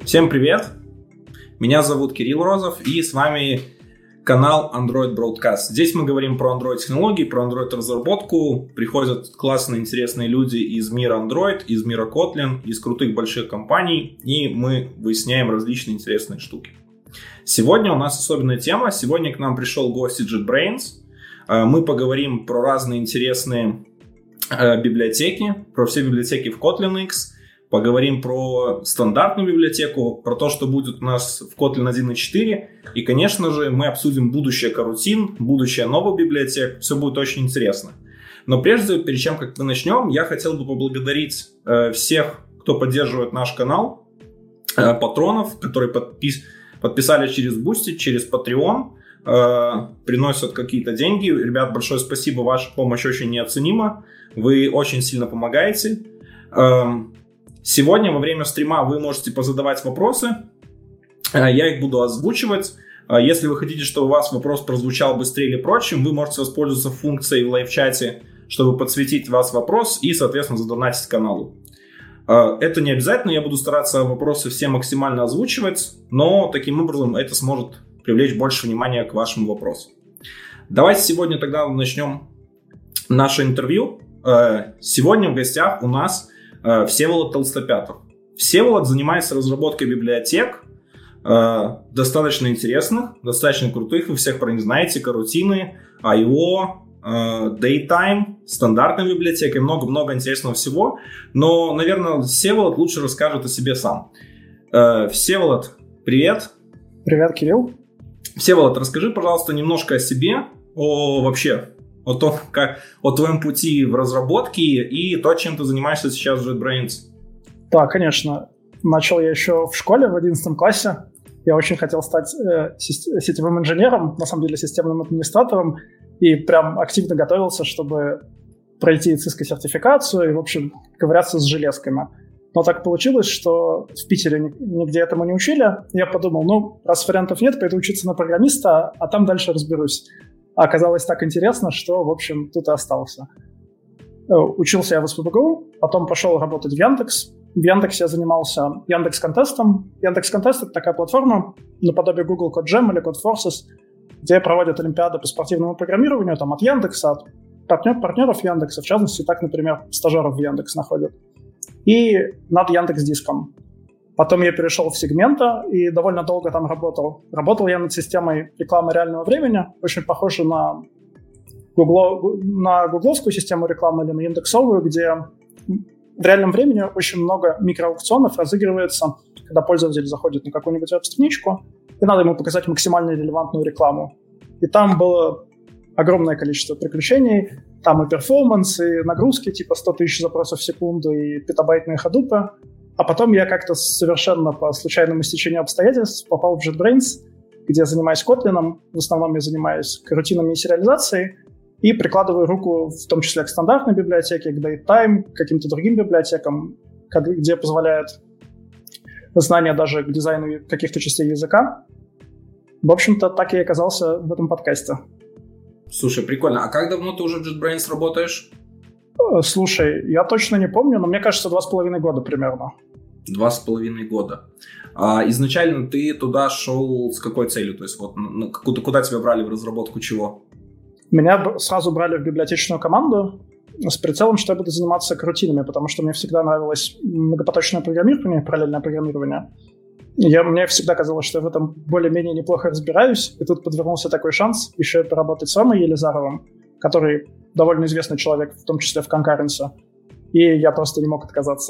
Всем привет! Меня зовут Кирилл Розов, и с вами канал Android Broadcast. Здесь мы говорим про Android технологии, про Android разработку. Приходят классные, интересные люди из мира Android, из мира Kotlin, из крутых больших компаний, и мы выясняем различные интересные штуки. Сегодня у нас особенная тема. Сегодня к нам пришел гость из JetBrains. Мы поговорим про разные интересные библиотеки, про все библиотеки в Kotlin X. Поговорим про стандартную библиотеку, про то, что будет у нас в Kotlin 1.4. И, конечно же, мы обсудим будущее карутин, будущее новых библиотек. Все будет очень интересно. Но прежде, перед чем как мы начнем, я хотел бы поблагодарить всех, кто поддерживает наш канал, патронов, которые подписались через Boosty, через Patreon, приносят какие-то деньги. Ребят, большое спасибо, ваша помощь очень неоценима. Вы очень сильно помогаете. Сегодня во время стрима вы можете позадавать вопросы, я их буду озвучивать. Если вы хотите, чтобы у вас вопрос прозвучал быстрее или проще, вы можете воспользоваться функцией в лайв-чате, чтобы подсветить вас вопрос и, соответственно, задонатить каналу. Это не обязательно, я буду стараться вопросы все максимально озвучивать, но таким образом это сможет привлечь больше внимания к вашему вопросу. Давайте сегодня тогда начнем наше интервью. Сегодня в гостях у нас Всеволод Толстопятов. Всеволод занимается разработкой библиотек, достаточно интересных, достаточно крутых. Вы всех про них знаете. Карутины, I.O., Daytime, стандартная библиотека и много-много интересного всего. Но, наверное, Всеволод лучше расскажет о себе сам. Всеволод, привет. Привет, Кирилл. Всеволод, расскажи, пожалуйста, немножко о себе, о твоем пути в разработке и то, чем ты занимаешься сейчас в JetBrains. Да, конечно. Начал я еще в школе в 11 классе. Я очень хотел стать сетевым инженером, на самом деле системным администратором, и прям активно готовился, чтобы пройти Cisco-сертификацию и, в общем, ковыряться с железками. Но так получилось, что в Питере нигде этому не учили. Я подумал, раз вариантов нет, пойду учиться на программиста, а там дальше разберусь. А оказалось так интересно, что, в общем, тут и остался. Учился я в СПбГУ, потом пошел работать в Яндекс. В Яндексе я занимался Яндекс.Контестом. Яндекс.Контест — это такая платформа наподобие Google CodeJam или CodeForces, где проводят олимпиады по спортивному программированию там, от Яндекса, от партнеров Яндекса. В частности, так, например, стажеров в Яндекс находят. И над Яндекс.Диском. Потом я перешел в Сегмента и довольно долго там работал. Работал я над системой рекламы реального времени, очень похоже на гугловскую систему рекламы или на индексовую, где в реальном времени очень много микроаукционов разыгрывается, когда пользователь заходит на какую-нибудь веб-страничку, и надо ему показать максимально релевантную рекламу. И там было огромное количество приключений, там и перформанс, и нагрузки типа 100 тысяч запросов в секунду, и петабайтные ходупы. А потом я как-то совершенно по случайному стечению обстоятельств попал в JetBrains, где я занимаюсь Kotlin, в основном я занимаюсь карутинами и сериализацией, и прикладываю руку в том числе к стандартной библиотеке, к Daytime, к каким-то другим библиотекам, где позволяет знание даже к дизайну каких-то частей языка. В общем-то, так я и оказался в этом подкасте. Слушай, прикольно. А как давно ты уже в JetBrains работаешь? Слушай, я точно не помню, но мне кажется, 2,5 года примерно. 2,5 года. А изначально ты туда шел с какой целью? То есть куда тебя брали в разработку чего? Меня сразу брали в библиотечную команду с прицелом, что я буду заниматься карутинами, потому что мне всегда нравилось многопоточное программирование, параллельное программирование. Мне всегда казалось, что я в этом более-менее неплохо разбираюсь, и тут подвернулся такой шанс еще и поработать с Ромой Елизаровым, который довольно известный человек, в том числе в конкуренции, и я просто не мог отказаться.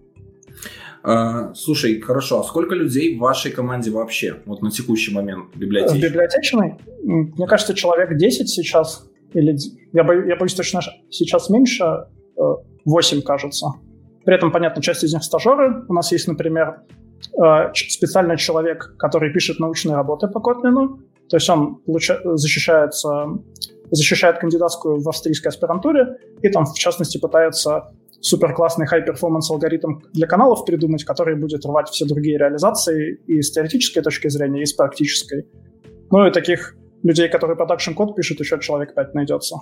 Слушай, хорошо, а сколько людей в вашей команде вообще, вот на текущий момент библиотечной? В библиотечной? Мне кажется, человек 10 сейчас, или я боюсь точно, сейчас меньше, 8, кажется. При этом, понятно, часть из них стажеры. У нас есть, например, специальный человек, который пишет научные работы по Kotlin, то есть он защищает кандидатскую в австрийской аспирантуре и там, в частности, пытается суперклассный high-performance алгоритм для каналов придумать, который будет рвать все другие реализации и с теоретической точки зрения, и с практической. Ну и таких людей, которые продакшн-код пишут, еще человек 5 найдется.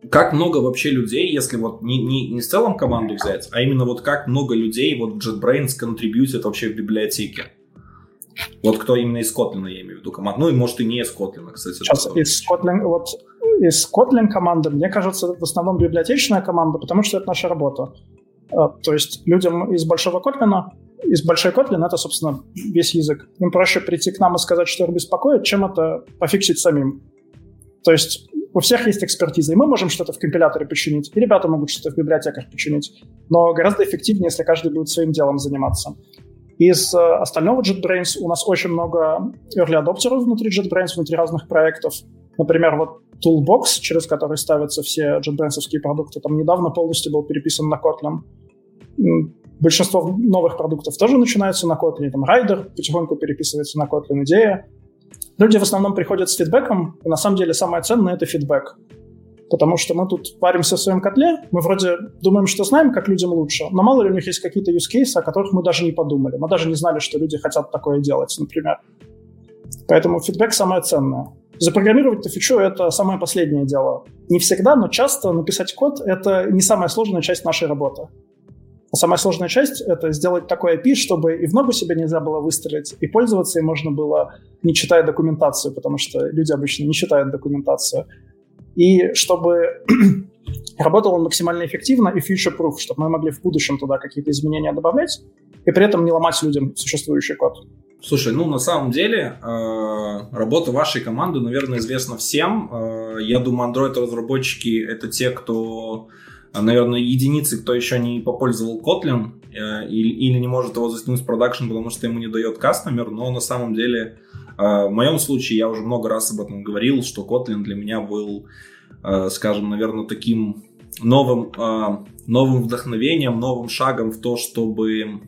как много вообще людей, если вот не в целом команду взять, а именно вот как много людей вот в JetBrains контрибьютит вообще в библиотеке? Вот кто именно из Kotlin, я имею в виду, команду. Ну и может и не из Kotlin, кстати. Сейчас из Kotlin команды, мне кажется, в основном библиотечная команда, потому что это наша работа. То есть людям из большой Kotlin, это, собственно, весь язык. Им проще прийти к нам и сказать, что их беспокоит, чем это пофиксить самим. То есть у всех есть экспертиза, и мы можем что-то в компиляторе починить, и ребята могут что-то в библиотеках починить. Но гораздо эффективнее, если каждый будет своим делом заниматься. Из остального JetBrains у нас очень много early adopterов внутри JetBrains, внутри разных проектов. Например, вот Toolbox, через который ставятся все JetBrains-овские продукты, там недавно полностью был переписан на Kotlin. Большинство новых продуктов тоже начинаются на Kotlin. Там Rider потихоньку переписывается на Kotlin, идея. Люди в основном приходят с фидбэком, и на самом деле самое ценное — это фидбэк. Потому что мы тут паримся в своем котле, мы вроде думаем, что знаем, как людям лучше, но мало ли у них есть какие-то use cases, о которых мы даже не подумали. Мы даже не знали, что люди хотят такое делать, например. Поэтому фидбэк самое ценное. Запрограммировать-то фичу — это самое последнее дело. Не всегда, но часто написать код — это не самая сложная часть нашей работы. А самая сложная часть — это сделать такой API, чтобы и в ногу себе нельзя было выстрелить, и пользоваться им можно было, не читая документацию, потому что люди обычно не читают документацию. И чтобы работал он максимально эффективно и future-proof, чтобы мы могли в будущем туда какие-то изменения добавлять, и при этом не ломать людям существующий код. Слушай, на самом деле работа вашей команды, наверное, известна всем. Я думаю, Android-разработчики — это те, кто, наверное, единицы, кто еще не попользовал Kotlin или не может его затянуть в продакшн, потому что ему не дает кастомер, но на самом деле в моем случае я уже много раз об этом говорил, что Kotlin для меня был, скажем, наверное, таким новым вдохновением, новым шагом в то, чтобы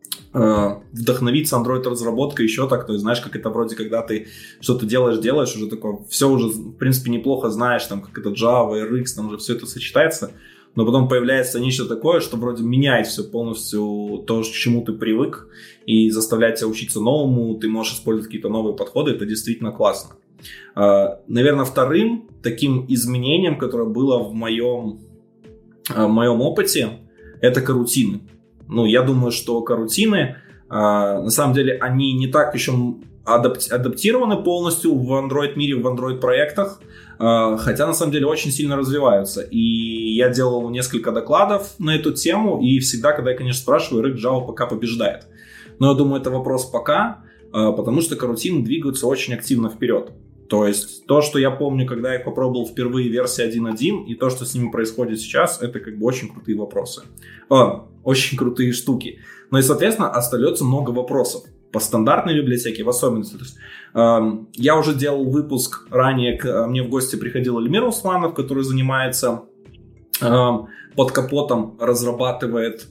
вдохновиться Android-разработкой еще так. То есть, знаешь, как это вроде, когда ты что-то делаешь, уже такое, все уже, в принципе, неплохо знаешь, там, как это Java, RX, там уже все это сочетается, но потом появляется нечто такое, что вроде меняет все полностью то, к чему ты привык, и заставляет тебя учиться новому, ты можешь использовать какие-то новые подходы, это действительно классно. Наверное, вторым таким изменением, которое было в моем опыте, это корутины. Я думаю, что корутины, на самом деле, они не так еще адаптированы полностью в Android-мире, в Android-проектах, хотя, на самом деле, очень сильно развиваются. И я делал несколько докладов на эту тему, и всегда, когда я, конечно, спрашиваю, RX Java пока побеждает. Но я думаю, это вопрос пока, потому что корутины двигаются очень активно вперед. То есть то, что я помню, когда я попробовал впервые версии 1.1, и то, что с ними происходит сейчас, это как бы очень крутые вопросы. Очень крутые штуки. Но и, соответственно, остается много вопросов по стандартной библиотеке, в особенности. То есть, я уже делал выпуск ранее, ко мне в гости приходил Эльмир Усманов, который занимается под капотом, разрабатывает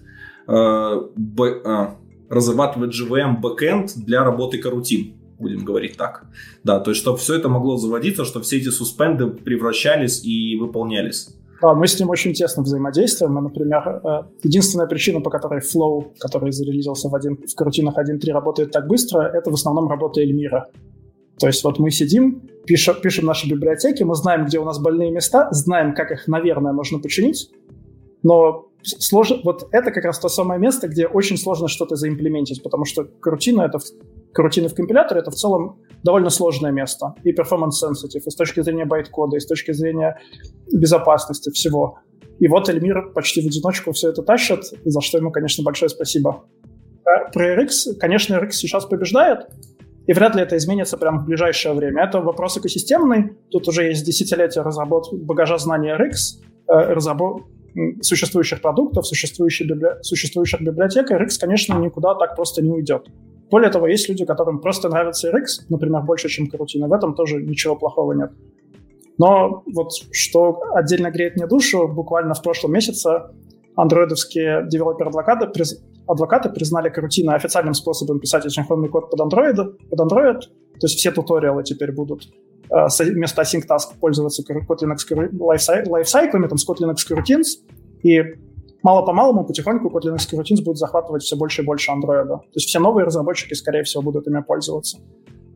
JVM бэкэнд для работы корутин. Будем говорить так. Да, то есть, чтобы все это могло заводиться, чтобы все эти суспенды превращались и выполнялись. Да, мы с ним очень тесно взаимодействуем. Мы, например, единственная причина, по которой Flow, который зарелизился в корутинах 1.3, работает так быстро, это в основном работа Эльмира. То есть вот мы сидим, пишем наши библиотеки, мы знаем, где у нас больные места, знаем, как их, наверное, можно починить, но вот это как раз то самое место, где очень сложно что-то заимплементить, потому что корутины в компиляторе — это в целом довольно сложное место. И performance-sensitive, и с точки зрения байт-кода, и с точки зрения безопасности всего. И вот Эльмир почти в одиночку все это тащит, за что ему, конечно, большое спасибо. Про RX, конечно, RX сейчас побеждает, и вряд ли это изменится прямо в ближайшее время. Это вопрос экосистемный. Тут уже есть десятилетия разработки багажа знаний RX, существующих продуктов, существующих библиотек. RX, конечно, никуда так просто не уйдет. Более того, есть люди, которым просто нравится RX, например, больше, чем корутины. В этом тоже ничего плохого нет. Но вот что отдельно греет мне душу, буквально в прошлом месяце андроидовские девелопер-адвокаты признали корутины официальным способом писать асинхронный код под Android. То есть все туториалы теперь будут вместо async task пользоваться Kotlin lifecyclами, там, с Kotlin Routines. И мало-помалому, потихоньку Kotlin Routines будут захватывать все больше и больше Android. То есть все новые разработчики, скорее всего, будут ими пользоваться.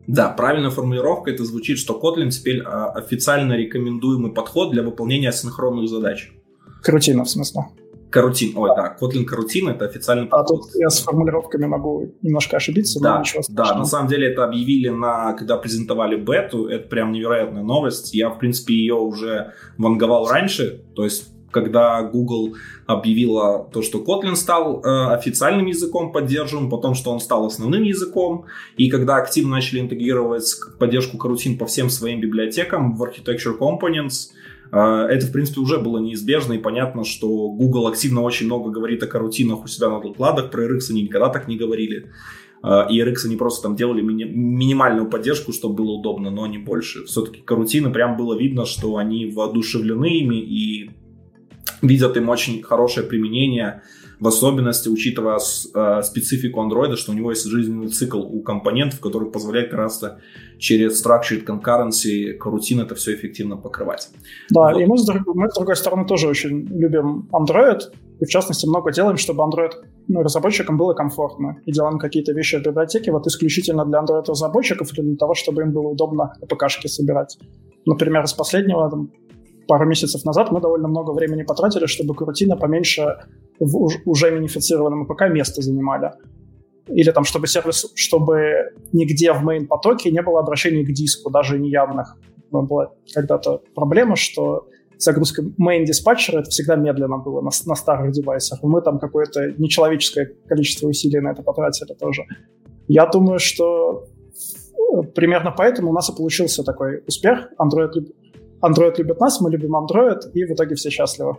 Да, правильная формулировка это звучит, что Kotlin теперь официально рекомендуемый подход для выполнения асинхронных задач. Карутина, в смысле? Карутин, Kotlin Карутин это официальный подход. Тут я с формулировками могу немножко ошибиться, да, но ничего страшного. Да, на самом деле это объявили когда презентовали бету, это прям невероятная новость. Я, в принципе, ее уже ванговал раньше, то есть когда Google объявила то, что Kotlin стал официальным языком поддерживаем, потом, что он стал основным языком, и когда активно начали интегрировать поддержку Карутин по всем своим библиотекам в Architecture Components, это, в принципе, уже было неизбежно, и понятно, что Google активно очень много говорит о карутинах у себя на докладах, про RX они никогда так не говорили, и RX они просто там делали минимальную поддержку, чтобы было удобно, но не больше. Все-таки карутины, прям было видно, что они воодушевлены ими и видят им очень хорошее применение, в особенности учитывая специфику Android, что у него есть жизненный цикл у компонентов, который позволяет как раз через Structured Concurrency карутин это все эффективно покрывать. Да, вот. И мы, с другой стороны, тоже очень любим Android, и в частности много делаем, чтобы Android разработчикам было комфортно, и делаем какие-то вещи в библиотеке вот исключительно для Android-разработчиков или для того, чтобы им было удобно АПК-шки собирать. Например, из последнего, пару месяцев назад мы довольно много времени потратили, чтобы карутины поменьше в уже минифицированном АПК место занимали. Или там, чтобы нигде в мейн-потоке не было обращений к диску, даже неявных. Была когда-то проблема, что загрузка мейн-диспатчера это всегда медленно было на старых девайсах. И мы там какое-то нечеловеческое количество усилий на это потратили тоже. Я думаю, что примерно поэтому у нас и получился такой успех. Android любит нас, мы любим Android, и в итоге все счастливы.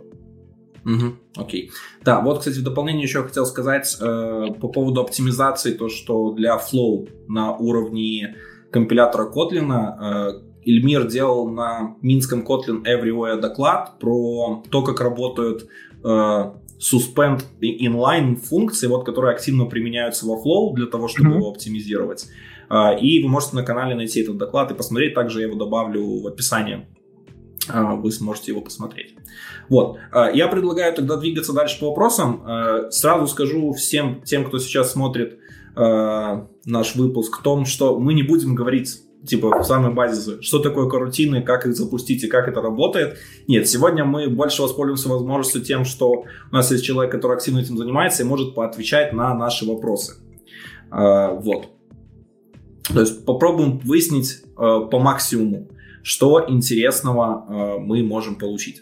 Окей. Да, вот, кстати, в дополнение еще хотел сказать по поводу оптимизации, то, что для Flow на уровне компилятора Kotlin Ильмир делал на минском Kotlin Everywhere доклад про то, как работают suspend inline функции, вот, которые активно применяются во Flow для того, чтобы его оптимизировать. И вы можете на канале найти этот доклад и посмотреть, также я его добавлю в описание. Вы сможете его посмотреть. Вот. Я предлагаю тогда двигаться дальше по вопросам. Сразу скажу всем тем, кто сейчас смотрит наш выпуск, о том, что мы не будем говорить в самой базе, что такое карутины, как их запустить и как это работает. Нет, сегодня мы больше воспользуемся возможностью тем, что у нас есть человек, который активно этим занимается и может поотвечать на наши вопросы. Вот. То есть попробуем выяснить по максимуму, что интересного мы можем получить.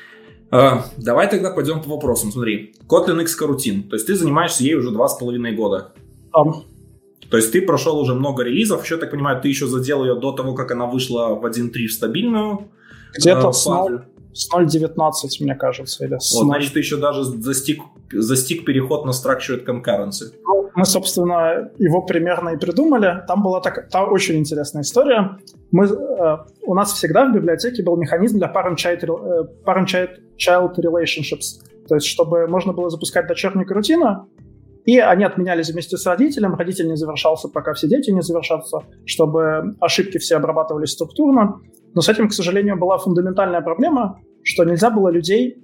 Давай тогда пойдем по вопросам. Смотри, Kotlin X Coroutine. То есть ты занимаешься ей уже 2,5 года. То есть ты прошел уже много релизов. Еще, так понимаю, ты еще задел ее до того, как она вышла в 1.3 в стабильную. Где-то с 0.19, мне кажется. Или с 0. Значит, ты еще даже застиг переход на Structured Concurrency. Мы, собственно, его примерно и придумали. Там была очень интересная история. У нас всегда в библиотеке был механизм для parent-child relationships. То есть, чтобы можно было запускать дочернюю карутину, и они отменялись вместе с родителем. Родитель не завершался, пока все дети не завершатся, чтобы ошибки все обрабатывались структурно. Но с этим, к сожалению, была фундаментальная проблема, что нельзя было людей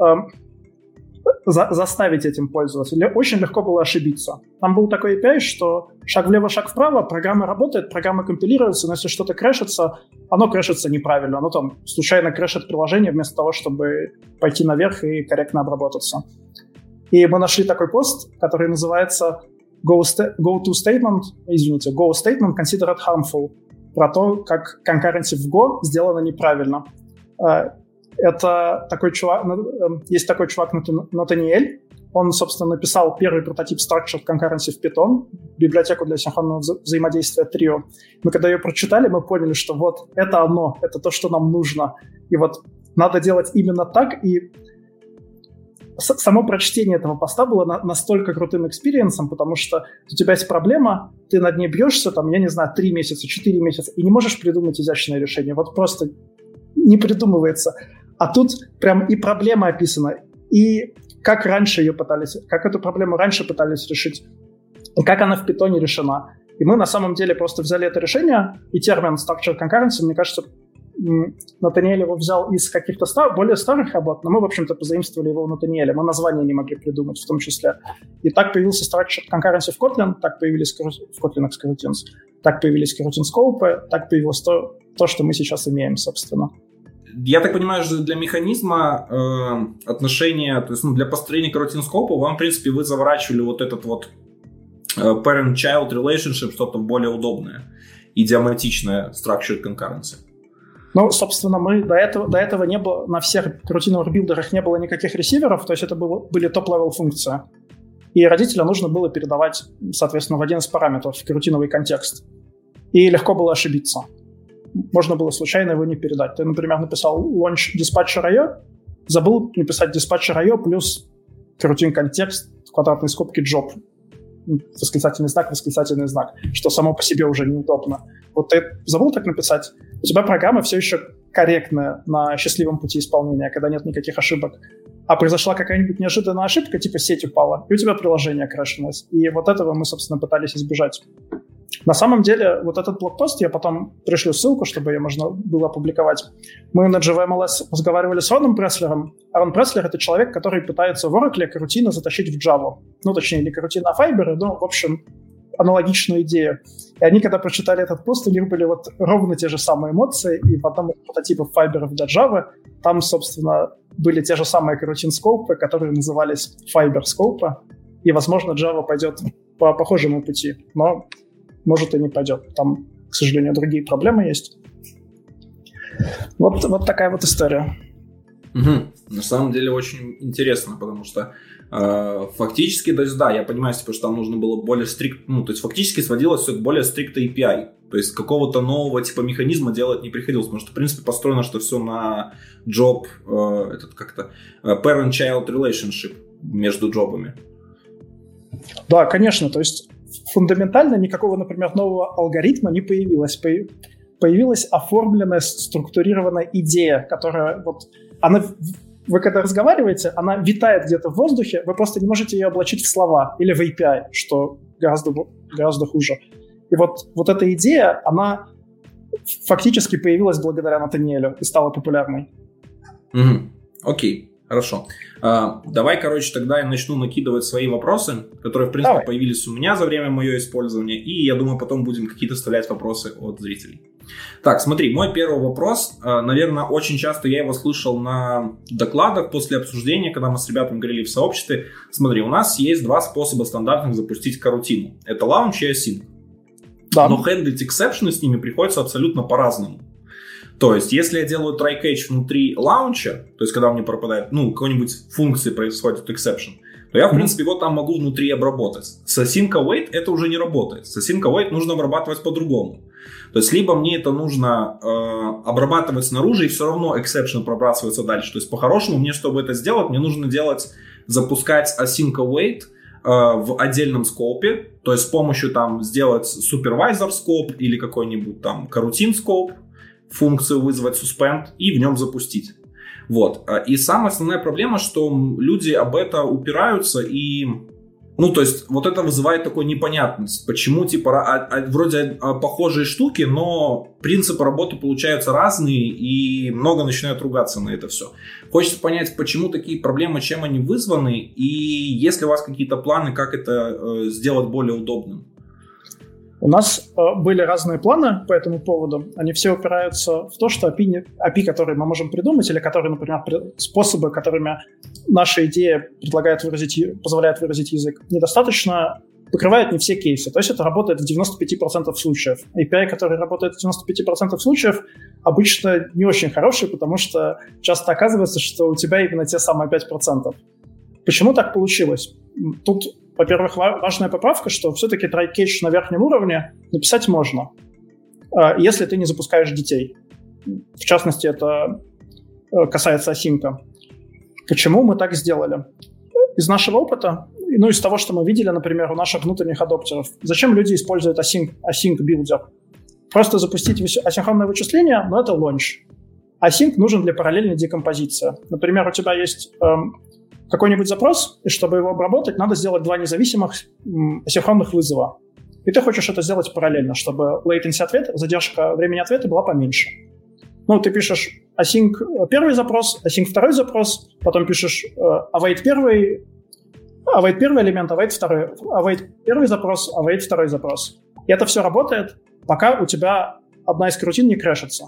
заставить этим пользоваться. Очень легко было ошибиться. Там был такой API, что шаг влево, шаг вправо, программа работает, программа компилируется, но если что-то крэшится, оно крэшится неправильно. Оно там случайно крэшит приложение вместо того, чтобы пойти наверх и корректно обработаться. И мы нашли такой пост, который называется Go Statement Considered Harmful, про то, как concurrency в Go сделано неправильно. Это такой чувак, есть такой чувак Натаниэль. Он, собственно, написал первый прототип Structured Concurrency в Python, библиотеку для синхронного взаимодействия Trio. Мы когда ее прочитали, мы поняли, что вот это оно, это то, что нам нужно. И вот надо делать именно так. И само прочтение этого поста было настолько крутым экспириенсом, потому что у тебя есть проблема, ты над ней бьешься, там, я не знаю, 3 месяца, 4 месяца, и не можешь придумать изящное решение. Вот просто не придумывается. А тут прям и проблема описана, и как раньше ее пытались, как эту проблему раньше пытались решить, и как она в Python решена. И мы на самом деле просто взяли это решение, и термин Structured Concurrency, мне кажется, Натаниэль его взял из каких-то более старых работ, но мы, в общем-то, позаимствовали его у Натаниэля. Мы название не могли придумать в том числе. И так появился Structured Concurrency в Kotlin, так появились в Kotlin X Coroutines. так появились карутин-скоупы, так появилось то, что мы сейчас имеем, собственно. Я так понимаю, что для механизма отношения, то есть для построения карутин-скоупа вам, в принципе, вы заворачивали вот этот вот parent-child relationship, что-то более удобное, идиоматичное structured concurrency. Ну, собственно, мы до этого не было, на всех карутиновых билдерах не было никаких ресиверов, то есть это были топ-левел функции. И родителя нужно было передавать, соответственно, в один из параметров в карутиновый контекст. И легко было ошибиться. Можно было случайно его не передать. Ты, например, написал launch dispatcher.io, забыл написать dispatcher.io плюс карутин контекст, квадратные скобки job. Восклицательный знак, что само по себе уже неудобно. Вот ты забыл так написать, у тебя программа все еще корректная на счастливом пути исполнения, когда нет никаких ошибок. А произошла какая-нибудь неожиданная ошибка, типа сеть упала, и у тебя приложение крашнулось. И вот этого мы, собственно, пытались избежать. На самом деле, вот этот блогпост, я потом пришлю ссылку, чтобы ее можно было опубликовать. Мы на JVMLS разговаривали с Роном Преслером. А Рон Преслер — это человек, который пытается в Oracle карутины затащить в Java. Ну, точнее, не карутины, а файберы, но, в общем, аналогичную идею. И они, когда прочитали этот пост, у них были вот ровно те же самые эмоции, и потом прототипов файберов для Java, там, собственно, были те же самые карутин-скоупы, которые назывались файбер-скоупы, и, возможно, Java пойдет по похожему пути, но может и не пойдет. Там, к сожалению, другие проблемы есть. Вот такая вот история. На самом деле очень интересно, потому что фактически, то есть да, я понимаю, типа, что там нужно было более стрикт, то есть фактически сводилось все к более стриктой API, то есть какого-то нового типа механизма делать не приходилось, потому что в принципе построено, что все на job, parent-child relationship между джобами. Да, конечно, то есть фундаментально никакого, например, нового алгоритма не появилось. Появилась оформленная, структурированная идея, которая вот, вы когда разговариваете, она витает где-то в воздухе, вы просто не можете ее облачить в слова или в API, что гораздо хуже. И вот эта идея, она фактически появилась благодаря Натаниэлю и стала популярной. Окей. Хорошо. Давай, тогда я начну накидывать свои вопросы, которые, в принципе, появились у меня за время моего использования, и, я думаю, потом будем какие-то вставлять вопросы от зрителей. Так, смотри, мой первый вопрос, наверное, очень часто я его слышал на докладах после обсуждения, когда мы с ребятами говорили в сообществе. Смотри, у нас есть два способа стандартных запустить карутину. Это launch и async. Да. Но хендлить эксепшены с ними приходится абсолютно по-разному. То есть, если я делаю try-catch внутри лаунча, то есть, когда у меня пропадает, какой-нибудь функции происходит exception, то я, в принципе, его там могу внутри обработать. С async await это уже не работает. С async await нужно обрабатывать по-другому. То есть, либо мне это нужно обрабатывать снаружи, и все равно exception пробрасывается дальше. То есть, по-хорошему, мне, чтобы это сделать, мне нужно запускать async await в отдельном скопе, то есть, с помощью сделать supervisor scope или какой-нибудь coroutine scope, функцию вызвать suspend и в нем запустить. Вот. И самая основная проблема, что люди об это упираются и... то есть, вот это вызывает такую непонятность. Почему, вроде похожие штуки, но принципы работы получаются разные, и много начинают ругаться на это все. Хочется понять, почему такие проблемы, чем они вызваны, и есть ли у вас какие-то планы, как это сделать более удобным? У нас были разные планы по этому поводу. Они все упираются в то, что API, которые мы можем придумать, или которые, например, способы, которыми наша идея позволяет выразить язык, недостаточно покрывают не все кейсы. То есть это работает в 95% случаев. API, который работает в 95% случаев, обычно не очень хороший, потому что часто оказывается, что у тебя именно те самые 5%. Почему так получилось? Тут, во-первых, важная поправка, что все-таки try-catch на верхнем уровне написать можно, если ты не запускаешь детей. В частности, это касается async. Почему мы так сделали? Из нашего опыта, из того, что мы видели, например, у наших внутренних адоптеров, зачем люди используют async builder? Просто запустить асинхронное вычисление, но это launch. Async нужен для параллельной декомпозиции. Например, у тебя есть какой-нибудь запрос, и чтобы его обработать, надо сделать два независимых асинхронных вызова. И ты хочешь это сделать параллельно, чтобы latency ответа, задержка времени ответа была поменьше. Ты пишешь async первый запрос, async второй запрос, потом пишешь await первый элемент, await первый запрос, await второй запрос. И это все работает, пока у тебя одна из карутин не крэшится.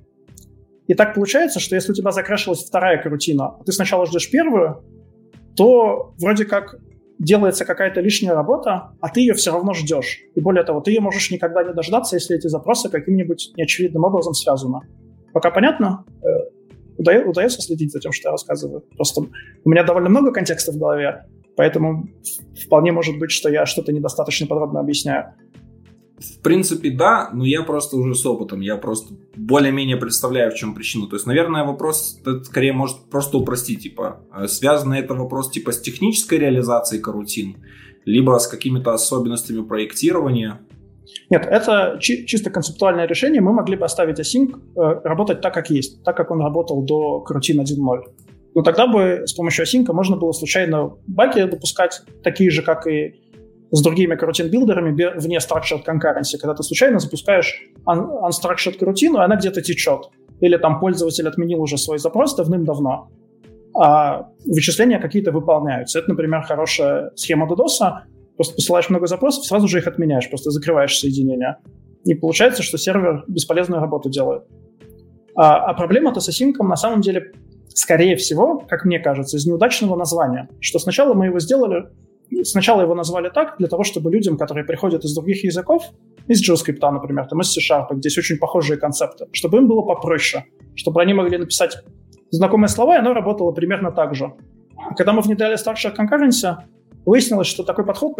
И так получается, что если у тебя закрэшилась вторая карутина, а ты сначала ждешь первую, то вроде как делается какая-то лишняя работа, а ты ее все равно ждешь. И более того, ты ее можешь никогда не дождаться, если эти запросы каким-нибудь неочевидным образом связаны. Пока понятно? Удается следить за тем, что я рассказываю? Просто у меня довольно много контекста в голове, поэтому вполне может быть, что я что-то недостаточно подробно объясняю. В принципе, да, но я просто уже с опытом, я просто более-менее представляю, в чем причина. То есть, наверное, вопрос скорее может просто упростить, типа, связан это вопрос типа с технической реализацией карутин, либо с какими-то особенностями проектирования. Нет, это чисто концептуальное решение. Мы могли бы оставить async работать так, как есть, так, как он работал до карутин 1.0. Но тогда бы с помощью async можно было случайно баги допускать, такие же, как и с другими карутин-билдерами вне structured concurrency, когда ты случайно запускаешь unstructured карутину, и она где-то течет. Или там пользователь отменил уже свой запрос давным-давно, а вычисления какие-то выполняются. Это, например, хорошая схема DDoS. Просто посылаешь много запросов, сразу же их отменяешь, просто закрываешь соединение. И получается, что сервер бесполезную работу делает. А проблема-то с async на самом деле, скорее всего, как мне кажется, из неудачного названия. Что сначала мы его сделали... Сначала его назвали так, для того, чтобы людям, которые приходят из других языков, из JavaScript, например, там, из C#, здесь очень похожие концепты, чтобы им было попроще, чтобы они могли написать знакомые слова, и оно работало примерно так же. А когда мы внедряли Structured Concurrency, выяснилось, что такой подход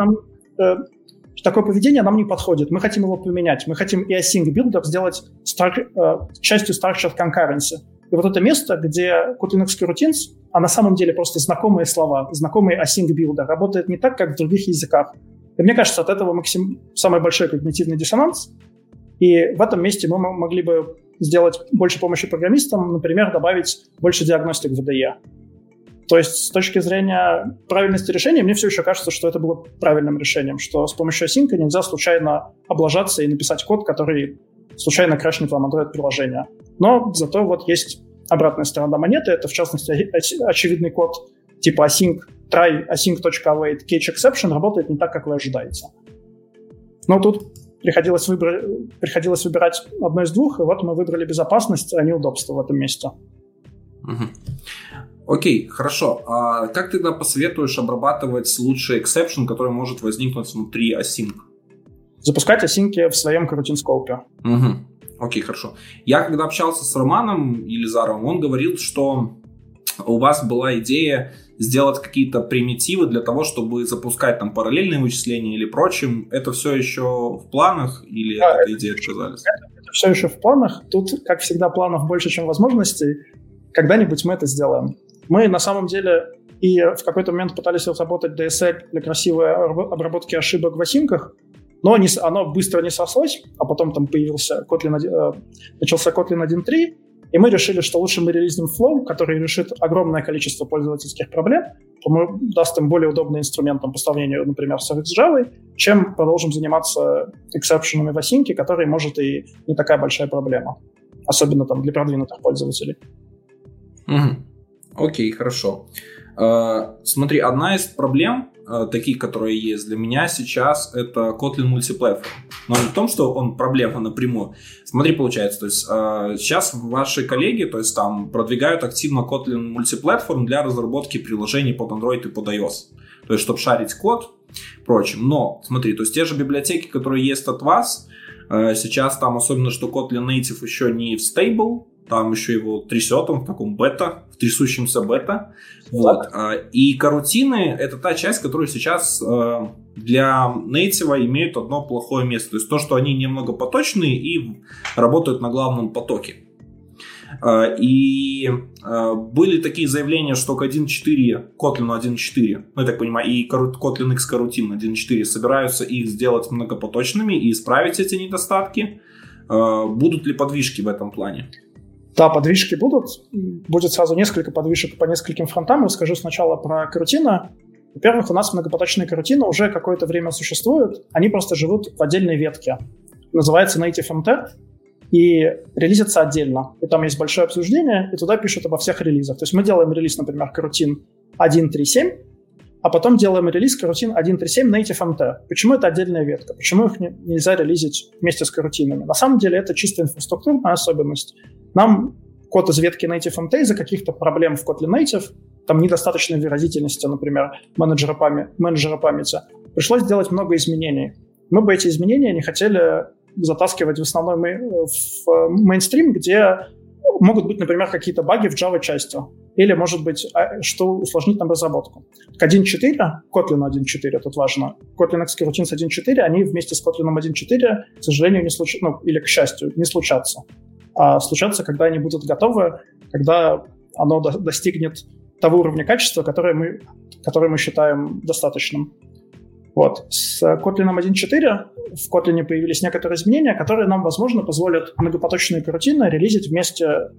такое поведение нам не подходит. Мы хотим его поменять. Мы хотим и async builder сделать частью Structured Concurrency. И вот это место, где Kotlin X Coroutines, а на самом деле просто знакомые слова, знакомый async builder, работает не так, как в других языках. И мне кажется, от этого самый большой когнитивный диссонанс. И в этом месте мы могли бы сделать больше помощи программистам, например, добавить больше диагностик в IDE. То есть с точки зрения правильности решения, мне все еще кажется, что это было правильным решением, что с помощью async нельзя случайно облажаться и написать код, который случайно крашнет вам Android-приложение. Но зато вот есть обратная сторона монеты, это в частности очевидный код типа async, try async.await catch exception работает не так, как вы ожидаете. Но тут приходилось выбирать одно из двух, и вот мы выбрали безопасность, а не удобство в этом месте. Окей, хорошо. А как ты тогда посоветуешь обрабатывать лучший exception, который может возникнуть внутри async? Запускать async в своем карутин-скопе. Окей, хорошо. Я когда общался с Романом Елизаровым, он говорил, что у вас была идея сделать какие-то примитивы для того, чтобы запускать там параллельные вычисления или прочим. Это все еще в планах или от этой идеи отказались? Это все еще в планах. Тут, как всегда, планов больше, чем возможностей. Когда-нибудь мы это сделаем. Мы на самом деле и в какой-то момент пытались разработать DSL для красивой обработки ошибок в асинках, но оно быстро не сослось, а потом там начался Kotlin 1.3, и мы решили, что лучше мы релизнем Flow, который решит огромное количество пользовательских проблем, даст им более удобный инструмент по сравнению, например, с RxJava, чем продолжим заниматься эксепшенами в асинке, которые, может, и не такая большая проблема, особенно там для продвинутых пользователей. Окей, хорошо. Смотри, одна из проблем, таких, которые есть для меня сейчас, это Kotlin Multiplatform. Но не в том, что он проблема напрямую. Смотри, получается, то есть сейчас ваши коллеги, то есть там продвигают активно Kotlin Multiplatform для разработки приложений под Android и под iOS. То есть, чтобы шарить код, прочим. Но, смотри, то есть те же библиотеки, которые есть от вас, сейчас там особенно, что Kotlin Native еще не в stable, там еще его трясет, он в таком бета, в трясущемся бета. Вот. И карутины — это та часть, которая сейчас для нейтива имеют одно плохое место. То есть то, что они немного поточные и работают на главном потоке. И были такие заявления, что к 1.4, Kotlin 1.4, ну, я так понимаю, и Kotlin X Coroutine 1.4 собираются их сделать многопоточными и исправить эти недостатки. Будут ли подвижки в этом плане? Да, подвижки будут. Будет сразу несколько подвижек по нескольким фронтам. Расскажу сначала про карутины. Во-первых, у нас многопоточные карутины уже какое-то время существуют. Они просто живут в отдельной ветке. Называется Native MT. И релизится отдельно. И там есть большое обсуждение, и туда пишут обо всех релизах. То есть мы делаем релиз, например, карутин 1.3.7, а потом делаем релиз карутин 1.3.7 Native MT. Почему это отдельная ветка? Почему их нельзя релизить вместе с карутинами? На самом деле это чисто инфраструктурная особенность. Нам код из ветки Native MT из-за каких-то проблем в Kotlin Native, там недостаточной выразительности, например, менеджера памяти, пришлось сделать много изменений. Мы бы эти изменения не хотели затаскивать в основной в мейнстрим, где могут быть, например, какие-то баги в Java-части. Или, может быть, что усложнит нам разработку. К 1.4, Kotlin 1.4, тут важно, Kotlin X Coroutines 1.4, они вместе с Kotlin 1.4, к сожалению, не случатся, или к счастью, не случатся. А случатся, когда они будут готовы, когда оно достигнет того уровня качества, который мы считаем достаточным. Вот. С Kotlin 1.4 в Kotlin появились некоторые изменения, которые нам, возможно, позволят многопоточные карутины релизить вместе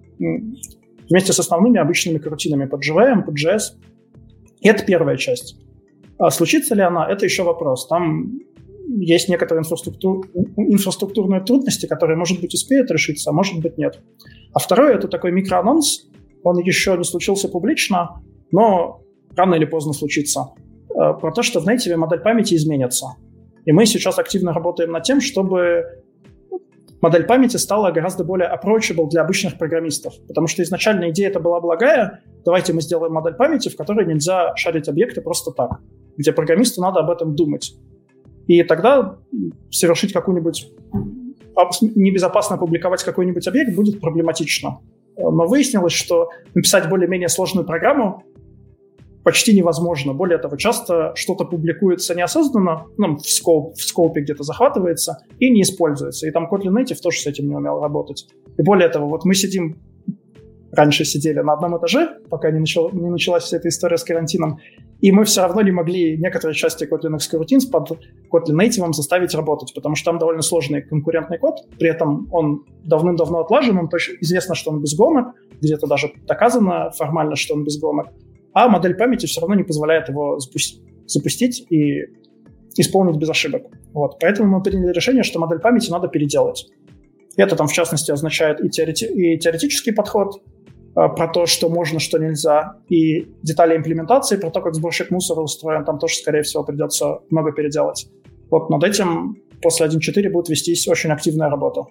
с основными обычными карутинами под JVM, под JS. И это первая часть. А случится ли она, это еще вопрос. Там есть некоторые инфраструктурные трудности, которые, может быть, успеют решиться, а может быть, нет. А второе — это такой микроанонс. Он еще не случился публично, но рано или поздно случится. Про то, что в Native модель памяти изменится. И мы сейчас активно работаем над тем, чтобы модель памяти стала гораздо более approachable для обычных программистов. Потому что изначально идея это была благая. Давайте мы сделаем модель памяти, в которой нельзя шарить объекты просто так. Где программисту надо об этом думать. И тогда совершить какую-нибудь... небезопасно публиковать какой-нибудь объект будет проблематично. Но выяснилось, что написать более-менее сложную программу почти невозможно. Более того, часто что-то публикуется неосознанно, в скопе где-то захватывается и не используется. И там Kotlin Native тоже с этим не умел работать. И более того, вот мы раньше сидели на одном этаже, пока не началась вся эта история с карантином, и мы все равно не могли некоторые части Kotlin X Coroutines под Kotlin Native заставить работать, потому что там довольно сложный конкурентный код, при этом он давным-давно отлажен, известно, что он без гомок, где-то даже доказано формально, что он без гомок, а модель памяти все равно не позволяет его запустить и исполнить без ошибок. Вот. Поэтому мы приняли решение, что модель памяти надо переделать. Это там, в частности, означает и теоретический подход про то, что можно, что нельзя, и детали имплементации, про то, как сборщик мусора устроен, там тоже, скорее всего, придется много переделать. Вот над этим после 1.4 будет вестись очень активная работа.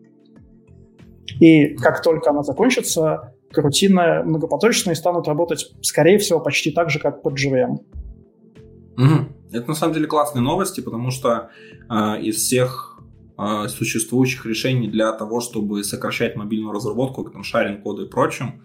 И как только она закончится, карутины многопоточные станут работать, скорее всего, почти так же, как под JVM. Это на самом деле классные новости, потому что из всех существующих решений для того, чтобы сокращать мобильную разработку, как там шаринг кода и прочим,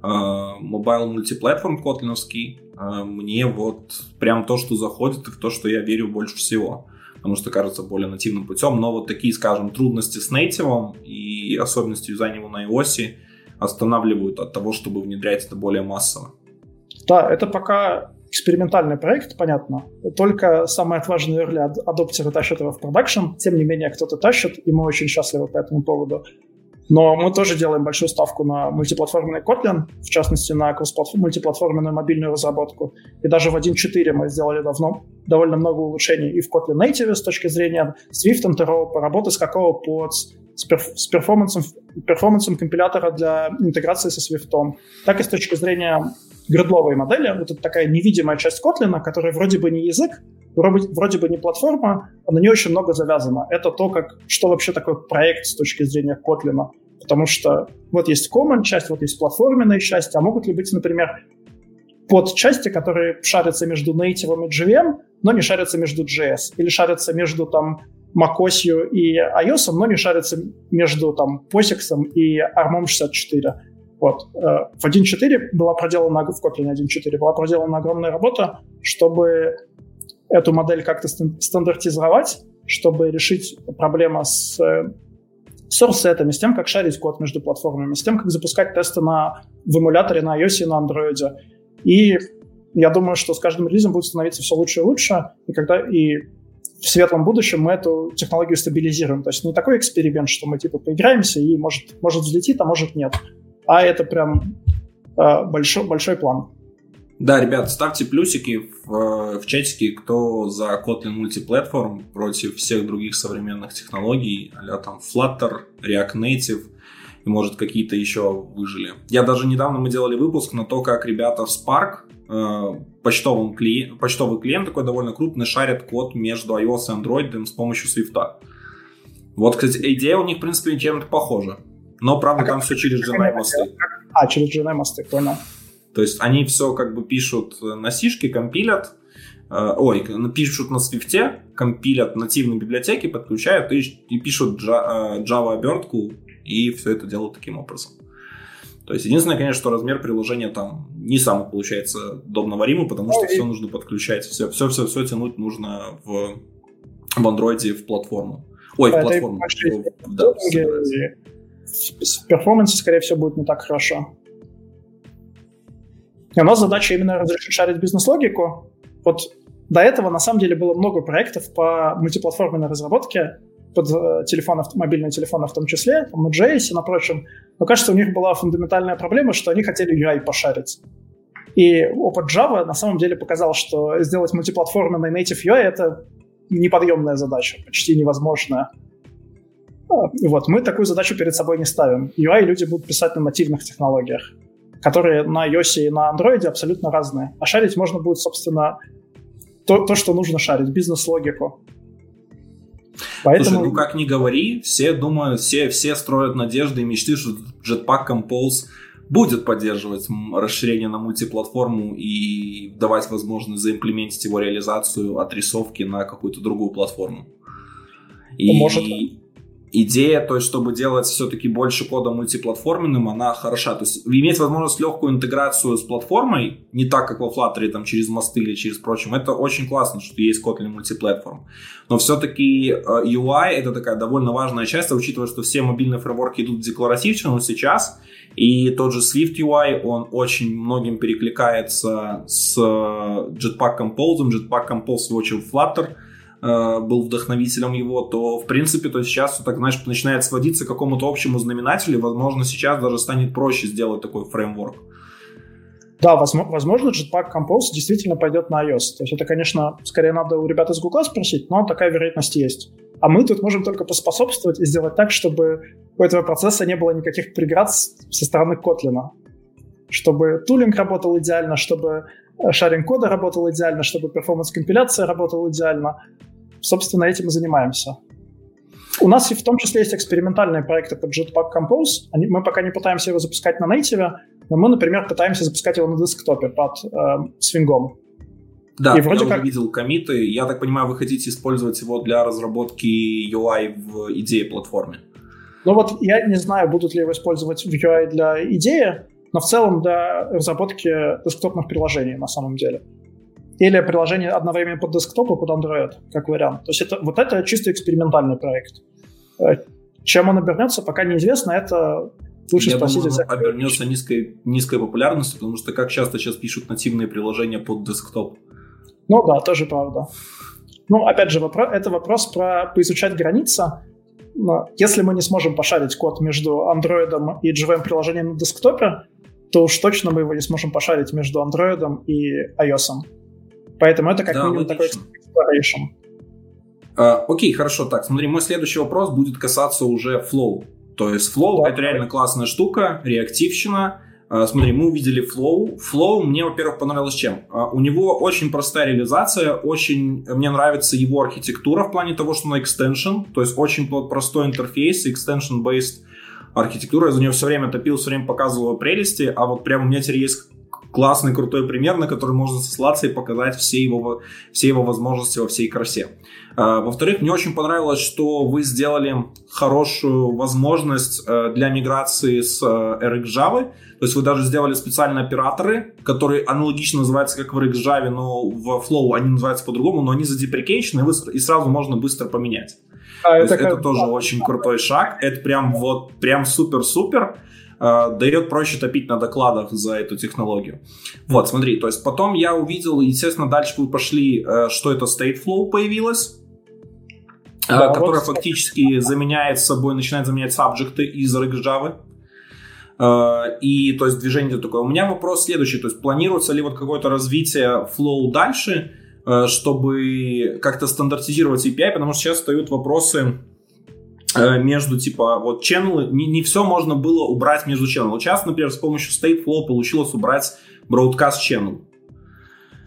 Mobile Multiplatform котлиновский мне вот прям то, что заходит, и в то, что я верю больше всего, потому что кажется более нативным путем. Но вот такие, скажем, трудности с нейтивом и особенности юзания его на iOS останавливают от того, чтобы внедрять это более массово. Да, это пока экспериментальный проект, понятно. Только самые отважные early адоптеры тащат его в продакшн. Тем не менее, кто-то тащит, и мы очень счастливы по этому поводу. Но мы тоже делаем большую ставку на мультиплатформенный Kotlin, в частности, на мультиплатформенную мобильную разработку. И даже в 1.4 мы сделали довольно много улучшений и в Kotlin Native с точки зрения Swift Interop, работы с Kakao Pods, с перформансом компилятора для интеграции со Swift, так и с точки зрения гридловой модели. Вот это такая невидимая часть Kotlin, которая вроде бы не язык, вроде бы не платформа, а на нее очень много завязано. Это то, что вообще такое проект с точки зрения Kotlin. Потому что вот есть common часть, вот есть платформенная часть, а могут ли быть, например, подчасти, которые шарятся между native и JVM, но не шарятся между JS, или шарятся между macOS и iOS, но не шарятся между POSIX и ARM 64. Вот. В 1.4 была проделана, в Kotlin 1.4 была проделана огромная работа, чтобы эту модель как-то стандартизировать, чтобы решить проблему с source-сетами, с тем, как шарить код между платформами, с тем, как запускать тесты в эмуляторе на iOS и на Android. И я думаю, что с каждым релизом будет становиться все лучше и лучше, и в светлом будущем мы эту технологию стабилизируем. То есть не такой эксперимент, что мы поиграемся и может взлетит, а может нет. А это прям большой план. Да, ребят, ставьте плюсики в чатике, кто за Kotlin Multiplatform против всех других современных технологий, а-ля Flutter, React Native и, может, какие-то еще выжили. Недавно мы делали выпуск на то, как ребята в Spark почтовый клиент такой довольно крупный, шарит код между iOS и Android с помощью Swift. Вот, кстати, идея у них, в принципе, чем-то похожа. Но, правда, там все через GNI мосты. Через GNI мосты, понял. То есть они все как бы пишут на сишке, компилят, пишут на Swift, компилят нативные библиотеки, подключают и пишут Java обертку, и все это делают таким образом. То есть единственное, конечно, что размер приложения там не самый получается удобноваримый, потому что все нужно подключать, все тянуть нужно в Android в платформу. В платформу. В перформансе, скорее всего, будет не так хорошо. И у нас задача именно разрешить шарить бизнес-логику. Вот до этого, на самом деле, было много проектов по мультиплатформенной разработке под мобильные телефоны в том числе, там, на JS и на прочем. Но, кажется, у них была фундаментальная проблема, что они хотели UI пошарить. И опыт Java на самом деле показал, что сделать мультиплатформенный native UI — это неподъемная задача, почти невозможная. Вот, мы такую задачу перед собой не ставим. UI люди будут писать на нативных технологиях, которые на iOS и на Android абсолютно разные. А шарить можно будет, собственно, то, что нужно шарить, бизнес-логику. Поэтому... Слушай, как ни говори, все думают, все строят надежды и мечты, что Jetpack Compose будет поддерживать расширение на мультиплатформу и давать возможность заимплементить его реализацию отрисовки на какую-то другую платформу. Может. Идея, то есть, чтобы делать все-таки больше кода мультиплатформенным, она хороша. То есть иметь возможность легкую интеграцию с платформой, не так, как во Flutter, там, через мосты или через прочим, это очень классно, что есть Kotlin мультиплатформ. Но все-таки UI — это такая довольно важная часть, учитывая, что все мобильные фреймворки идут декларативно сейчас, и тот же Swift UI, он очень многим перекликается с Jetpack Compose. Jetpack Compose, в свою очередь, Flutter был вдохновителем его, то, в принципе, то сейчас так, знаешь, начинает сводиться к какому-то общему знаменателю, и, возможно, сейчас даже станет проще сделать такой фреймворк. Да, возможно, Jetpack Compose действительно пойдет на iOS. То есть это, конечно, скорее надо у ребят из Google спросить, но такая вероятность есть. А мы тут можем только поспособствовать и сделать так, чтобы у этого процесса не было никаких преград со стороны Kotlin. Чтобы тулинг работал идеально, чтобы шаринг кода работал идеально, чтобы перформанс-компиляция работала идеально. Собственно, этим и занимаемся. У нас и в том числе есть экспериментальные проекты под Jetpack Compose. Мы пока не пытаемся его запускать на native, но мы, например, пытаемся запускать его на десктопе под Swing. Да, я уже видел коммиты. Я так понимаю, вы хотите использовать его для разработки UI в IDEA-платформе. Ну вот я не знаю, будут ли его использовать в UI для IDEA, но в целом для разработки десктопных приложений на самом деле. Или приложение одновременно под десктоп и под Android, как вариант. То есть это чисто экспериментальный проект. Чем он обернется, пока неизвестно. Это лучше спросить. Я думаю, он обернется низкой популярностью, потому что как часто сейчас пишут нативные приложения под десктоп. Ну да, тоже правда. Ну, опять же, это вопрос про поизучать границы. Но если мы не сможем пошарить код между Android и JVM-приложением на десктопе, то уж точно мы его не сможем пошарить между Android и iOS. Поэтому это как минимум такой exploration. Окей, хорошо. Так, смотри, мой следующий вопрос будет касаться уже Flow. То есть Flow — это реально классная штука, реактивщина. Смотри, мы увидели Flow. Flow мне, во-первых, понравилось чем? У него очень простая реализация, мне нравится его архитектура в плане того, что она extension, то есть очень простой интерфейс, extension-based архитектура. Я за нее все время топил, все время показывал прелести, а вот прямо у меня теперь есть классный, крутой пример, на который можно сослаться и показать все его возможности во всей красе. Во-вторых, мне очень понравилось, что вы сделали хорошую возможность для миграции с RxJava. То есть вы даже сделали специальные операторы, которые аналогично называются как в RxJava, но в Flow они называются по-другому, но они задеприкейчены, и сразу можно быстро поменять. Это тоже очень крутой шаг. Это прям супер-супер. Дает проще топить на докладах за эту технологию. Вот, смотри, то есть потом я увидел, естественно, дальше вы пошли, что это Stateflow появилось, которая фактически начинает заменять сабжекты из RxJava. И, то есть, движение такое. У меня вопрос следующий, то есть, планируется ли вот какое-то развитие Flow дальше, чтобы как-то стандартизировать API, потому что сейчас встают вопросы между, вот channel, не все можно было убрать между channel. Сейчас, например, с помощью Stateflow получилось убрать broadcast channel.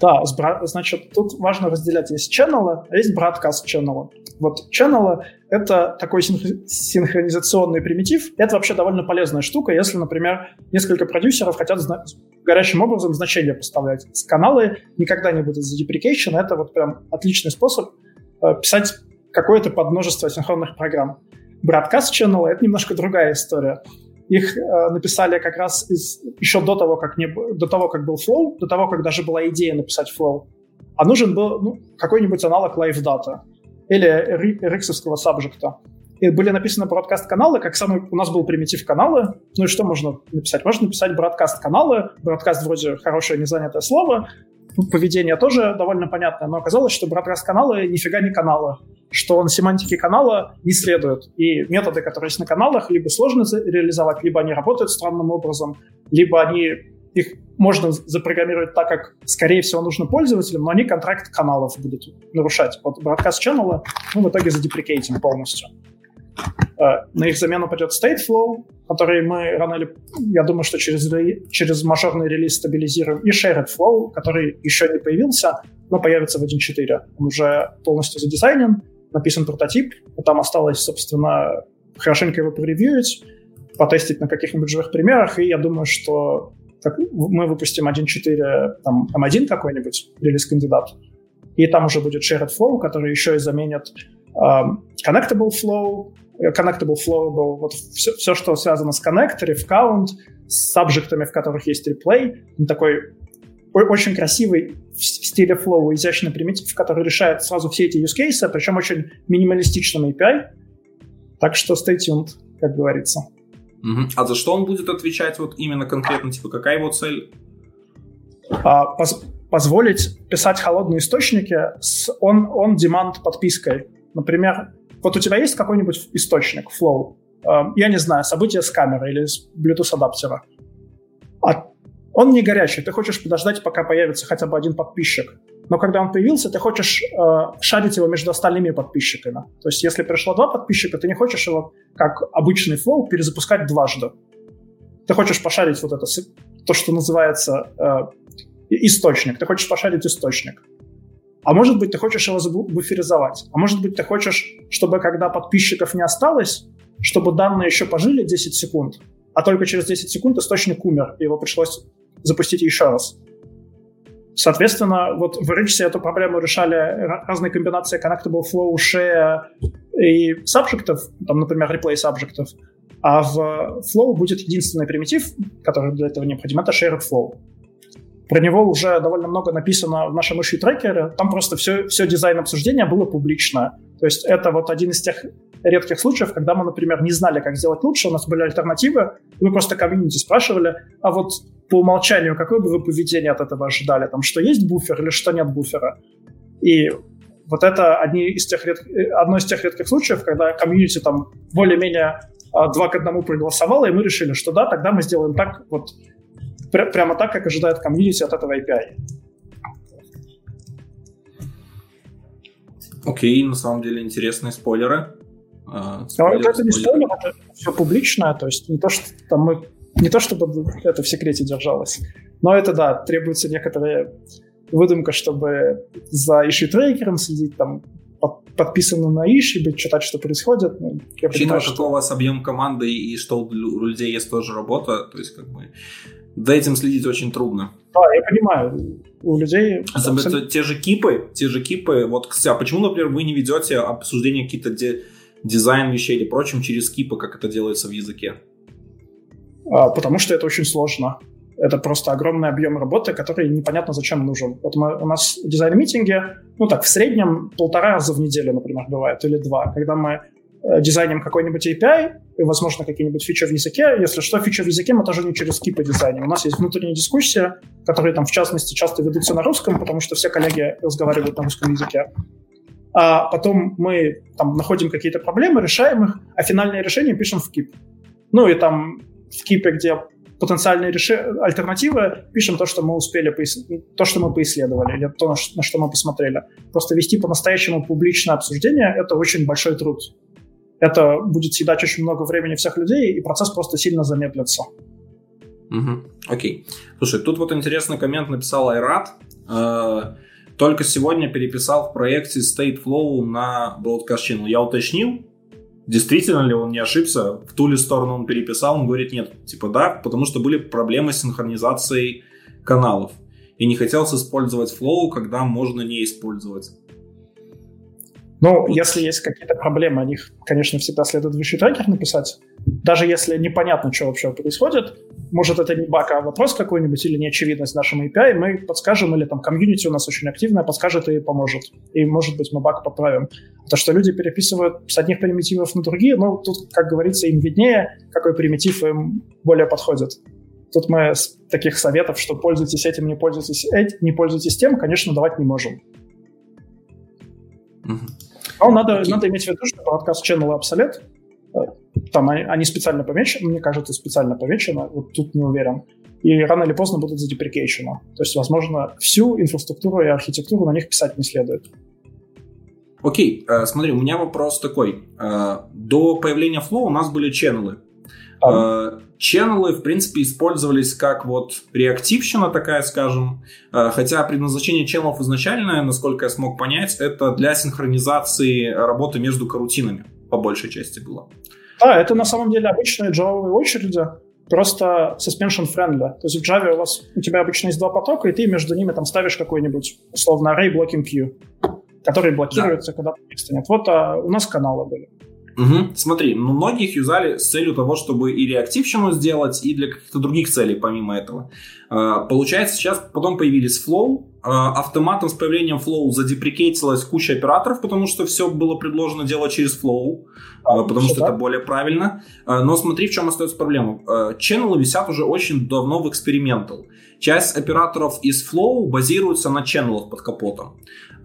Да, значит, тут важно разделять. Есть channel, а есть broadcast channel. Вот channel — это такой синхронизационный примитив. Это вообще довольно полезная штука, если, например, несколько продюсеров хотят горячим образом значения поставлять. Каналы никогда не будут за deprecation. Это вот прям отличный способ писать какое-то подмножество синхронных программ. Broadcast channel — это немножко другая история. Их написали как раз еще до того, как был Flow, до того, как даже была идея написать Flow. А нужен был какой-нибудь аналог LiveData или RX-овского сабжекта. И были написаны бродкаст-каналы, как у нас был примитив каналы. Ну и что можно написать? Можно написать бродкаст-каналы. Бродкаст вроде хорошее незанятое слово. Поведение тоже довольно понятное, но оказалось, что бродкаст-каналы нифига не каналы, что он семантики канала не следует. И методы, которые есть на каналах, либо сложно реализовать, либо они работают странным образом, либо их можно запрограммировать так, как, скорее всего, нужно пользователям, но они контракт каналов будут нарушать. Вот broadcast channel в итоге задеприкейтим полностью. На их замену пойдет Stateflow, который мы я думаю, что через мажорный релиз стабилизируем, и Shared Flow, который еще не появился, но появится в 1.4. Он уже полностью задизайнен, написан прототип, и там осталось, собственно, хорошенько его превьюить, потестить на каких-нибудь живых примерах, и я думаю, что мы выпустим 1.4, там, M1 какой-нибудь, релиз-кандидат, и там уже будет Shared Flow, который еще и заменит Connectable Flow, Flowable, вот все, что связано с Connect, RefCount, с сабжектами, в которых есть replay, такой очень красивый в стиле Flow изящный примитив, который решает сразу все эти use cases, причем очень минималистичным API. Так что stay tuned, как говорится. А за что он будет отвечать вот именно конкретно? Типа, какая его цель? Позволить писать холодные источники с on-demand подпиской. Например, вот у тебя есть какой-нибудь источник, Flow, я не знаю, событие с камеры или с Bluetooth-адаптера. Он не горячий, ты хочешь подождать, пока появится хотя бы один подписчик. Но когда он появился, ты хочешь шарить его между остальными подписчиками. То есть если пришло 2 подписчика, ты не хочешь его, как обычный Flow, перезапускать дважды. Ты хочешь пошарить вот это, то, что называется источник. Ты хочешь пошарить источник. А может быть, ты хочешь его забуферизовать. А может быть, ты хочешь, чтобы когда подписчиков не осталось, чтобы данные еще пожили 10 секунд, а только через 10 секунд источник умер, и его пришлось запустить еще раз. Соответственно, вот в RX эту проблему решали разные комбинации Connectable Flow, Share и сабжектов, там, например, replay сабжектов, а в Flow будет единственный примитив, который для этого необходим, это Shared Flow. Про него уже довольно много написано в нашем issue-трекере. Там просто все дизайн-обсуждение было публичное. То есть это вот один из тех редких случаев, когда мы, например, не знали, как сделать лучше, у нас были альтернативы, и мы просто комьюнити спрашивали, а вот по умолчанию, какое бы вы поведение от этого ожидали? Там, что есть буфер или что нет буфера? И вот это одно из тех редких случаев, когда комьюнити там более-менее 2 к 1 проголосовало, и мы решили, что да, тогда мы сделаем так, вот прямо так, как ожидает комьюнити от этого API. Окей, на самом деле интересные спойлеры. Это не спойлер, это все публичное, то есть не то, чтобы это в секрете держалось. Но это, да, требуется некоторая выдумка, чтобы за issue-трекером следить, там, подписано на issue, читать, что происходит. Учитывая, какой у вас объем команды и что у людей есть тоже работа, то есть как бы за этим следить очень трудно. Да, я понимаю. У людей... Особенно те же кипы. Вот, а почему, например, вы не ведете обсуждение каких-то дизайн вещей или прочим через кипы, как это делается в языке? Потому что это очень сложно. Это просто огромный объем работы, который непонятно зачем нужен. Вот у нас дизайн-митинги, в среднем 1,5 раза в неделю, например, бывает, или 2, когда мы дизайним какой-нибудь API и, возможно, какие-нибудь фичи в языке. Если что, фичи в языке мы тоже не через кипы дизайним. У нас есть внутренние дискуссии, которые там, в частности, часто ведутся на русском, потому что все коллеги разговаривают на русском языке. А потом мы там находим какие-то проблемы, решаем их, а финальное решение пишем в кип. И там в кипе, где потенциальные альтернативы, пишем то, что мы успели, то, что мы поисследовали, или то, на что мы посмотрели. Просто вести по-настоящему публичное обсуждение — это очень большой труд. Это будет съедать очень много времени всех людей, и процесс просто сильно замедлится. Окей. Слушай, тут вот интересный коммент написал Айрат. только сегодня переписал в проекте Stateflow на Broadcast Channel. Я уточнил, действительно ли он не ошибся, в ту ли сторону он переписал, он говорит нет. Типа да, потому что были проблемы с синхронизацией каналов. И не хотелось использовать Flow, когда можно не использовать. Ну, если есть какие-то проблемы, о них, конечно, всегда следует в issue tracker написать. Даже если непонятно, что вообще происходит, может, это не баг, а вопрос какой-нибудь или неочевидность нашему API, мы подскажем, или там комьюнити у нас очень активная, подскажет и поможет. И, может быть, мы баг поправим. То, что люди переписывают с одних примитивов на другие, ну, тут, как говорится, им виднее, какой примитив им более подходит. Тут мы с таких советов, что пользуйтесь этим, не пользуйтесь тем, конечно, давать не можем. Но надо иметь в виду, что подкаст Channel обсолет. Там они специально помечены, мне кажется, специально помечено, вот тут не уверен. И рано или поздно будут задеприкейшены. То есть, возможно, всю инфраструктуру и архитектуру на них писать не следует. Окей, смотри, у меня вопрос такой. До появления Flow у нас были ченнелы. Ченнелы, в принципе, использовались как вот реактивщина такая, скажем, хотя предназначение ченнелов изначально, насколько я смог понять, это для синхронизации работы между карутинами, по большей части было. Да, это на самом деле обычные джавовые очереди, просто suspension friendly. То есть в Java у тебя обычно есть два потока, и ты между ними там ставишь какой-нибудь, условно, array blocking queue, который блокируется, когда текста нет. Вот у нас каналы были. Угу. Смотри, многие их юзали с целью того, чтобы и реактивщину сделать, и для каких-то других целей помимо этого. Получается, сейчас потом появились Flow. Автоматом с появлением Flow задеприкейтилась куча операторов, потому что все было предложено делать через Flow, потому что это более правильно. Но смотри, в чем остается проблема. Ченнелы висят уже очень давно в Experimental. Часть операторов из Flow базируется на ченнелах под капотом.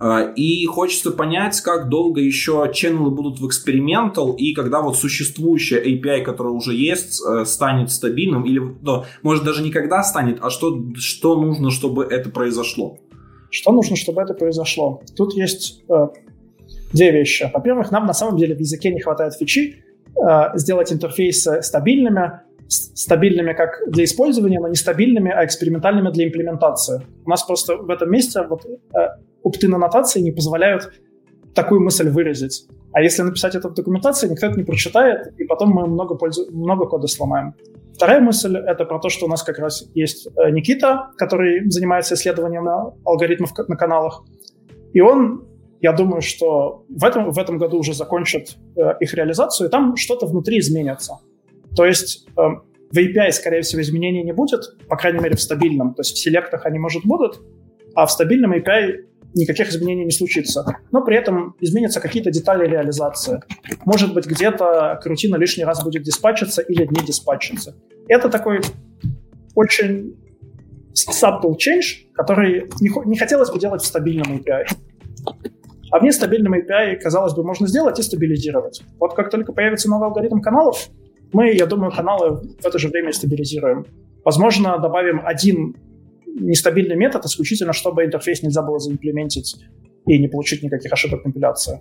И хочется понять, как долго еще ченнелы будут в Experimental, и когда вот существующая API, которая уже есть, станет стабильным, или, ну, может, даже никогда станет, а что нужно, чтобы это произошло? Что нужно, чтобы это произошло? Тут есть две вещи. Во-первых, нам на самом деле в языке не хватает фичи сделать интерфейсы стабильными как для использования, но не стабильными, а экспериментальными для имплементации. У нас просто в этом месте опты на нотации не позволяют такую мысль выразить. А если написать это в документации, никто это не прочитает, и потом мы много кода сломаем. Вторая мысль — это про то, что у нас как раз есть Никита, который занимается исследованием алгоритмов на каналах. И он, я думаю, что в этом году уже закончит их реализацию, и там что-то внутри изменится. То есть в API, скорее всего, изменений не будет, по крайней мере, в стабильном. То есть в селектах они, может, будут, а в стабильном API никаких изменений не случится. Но при этом изменятся какие-то детали реализации. Может быть, где-то карутина лишний раз будет диспатчиться или не диспатчиться. Это такой очень subtle change, который не хотелось бы делать в стабильном API. А в нестабильном API, казалось бы, можно сделать и стабилизировать. Вот как только появится новый алгоритм каналов, мы, я думаю, каналы в это же время стабилизируем. Возможно, добавим один нестабильный метод исключительно, чтобы интерфейс нельзя было заимплементить и не получить никаких ошибок компиляции.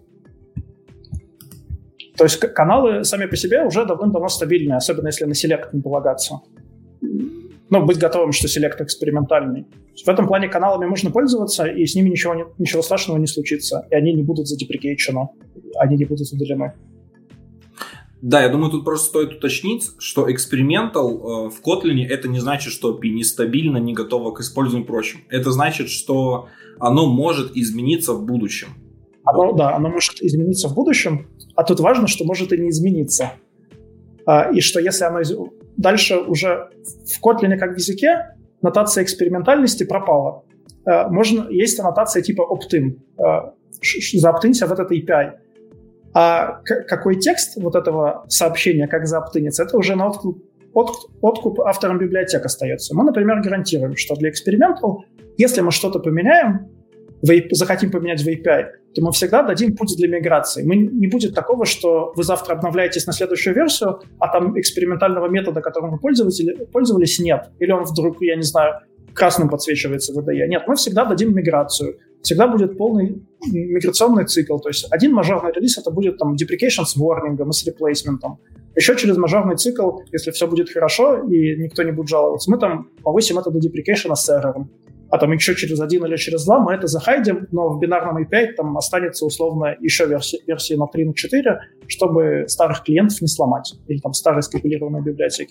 То есть каналы сами по себе уже давным-давно стабильные, особенно если на селект не полагаться. Но быть готовым, что селект экспериментальный. В этом плане каналами можно пользоваться, и с ними ничего страшного не случится. И они не будут задеприкейчены, они не будут удалены. Да, я думаю, тут просто стоит уточнить, что Experimental в Kotlin это не значит, что API нестабильно, не готово к использованию и прочим. Это значит, что оно может измениться в будущем. Оно может измениться в будущем, а тут важно, что может и не измениться. И что если оно дальше уже в Kotlin как в языке нотация экспериментальности пропала. Есть аннотация типа opt-in. Заоптинься в этот API. А какой текст вот этого сообщения, как заоптиниться, это уже на откуп авторам библиотек остается. Мы, например, гарантируем, что для Experimental, если мы что-то поменяем, захотим поменять в API, то мы всегда дадим путь для миграции. Не будет такого, что вы завтра обновляетесь на следующую версию, а там экспериментального метода, которым вы пользовались, нет. Или он вдруг, я не знаю, красным подсвечивается в IDE. Нет, мы всегда дадим миграцию. Всегда будет полный миграционный цикл. То есть один мажорный релиз — это будет там deprecation с ворнингом и с реплейсментом. Еще через мажорный цикл, если все будет хорошо и никто не будет жаловаться, мы там повысим это до deprecation с эррором. а там еще через 1 или через 2 мы это захайдим, но в бинарном API там останется условно еще версии на 3, на 4, чтобы старых клиентов не сломать, или там старые скомпилированные библиотеки.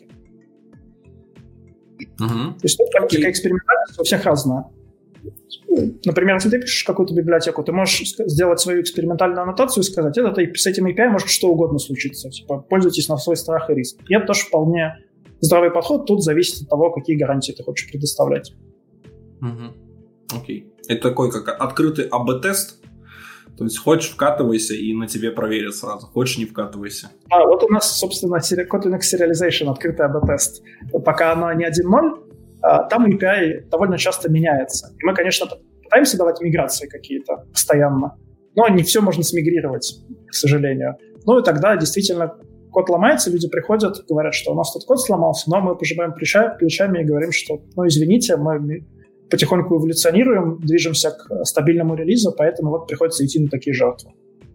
То есть тут практика экспериментальность у всех разная. Например, если ты пишешь какую-то библиотеку, ты можешь сделать свою экспериментальную аннотацию и сказать, с этим API может что угодно случиться. Типа, пользуйтесь на свой страх и риск. И это тоже вполне здравый подход. Тут зависит от того, какие гарантии ты хочешь предоставлять. Окей. Это такой как открытый АБ-тест. То есть хочешь — вкатывайся, и на тебе проверят сразу. Хочешь — не вкатывайся. Вот у нас, собственно, Kotlin X Serialization, открытый АБ-тест. Пока оно не 1.0, там API довольно часто меняется. И мы, конечно, пытаемся давать миграции какие-то постоянно, но не все можно смигрировать, к сожалению. Ну и тогда действительно код ломается, люди приходят, говорят, что у нас тут код сломался, но мы пожимаем плечами и говорим, что, извините, мы потихоньку эволюционируем, движемся к стабильному релизу, поэтому вот приходится идти на такие жертвы.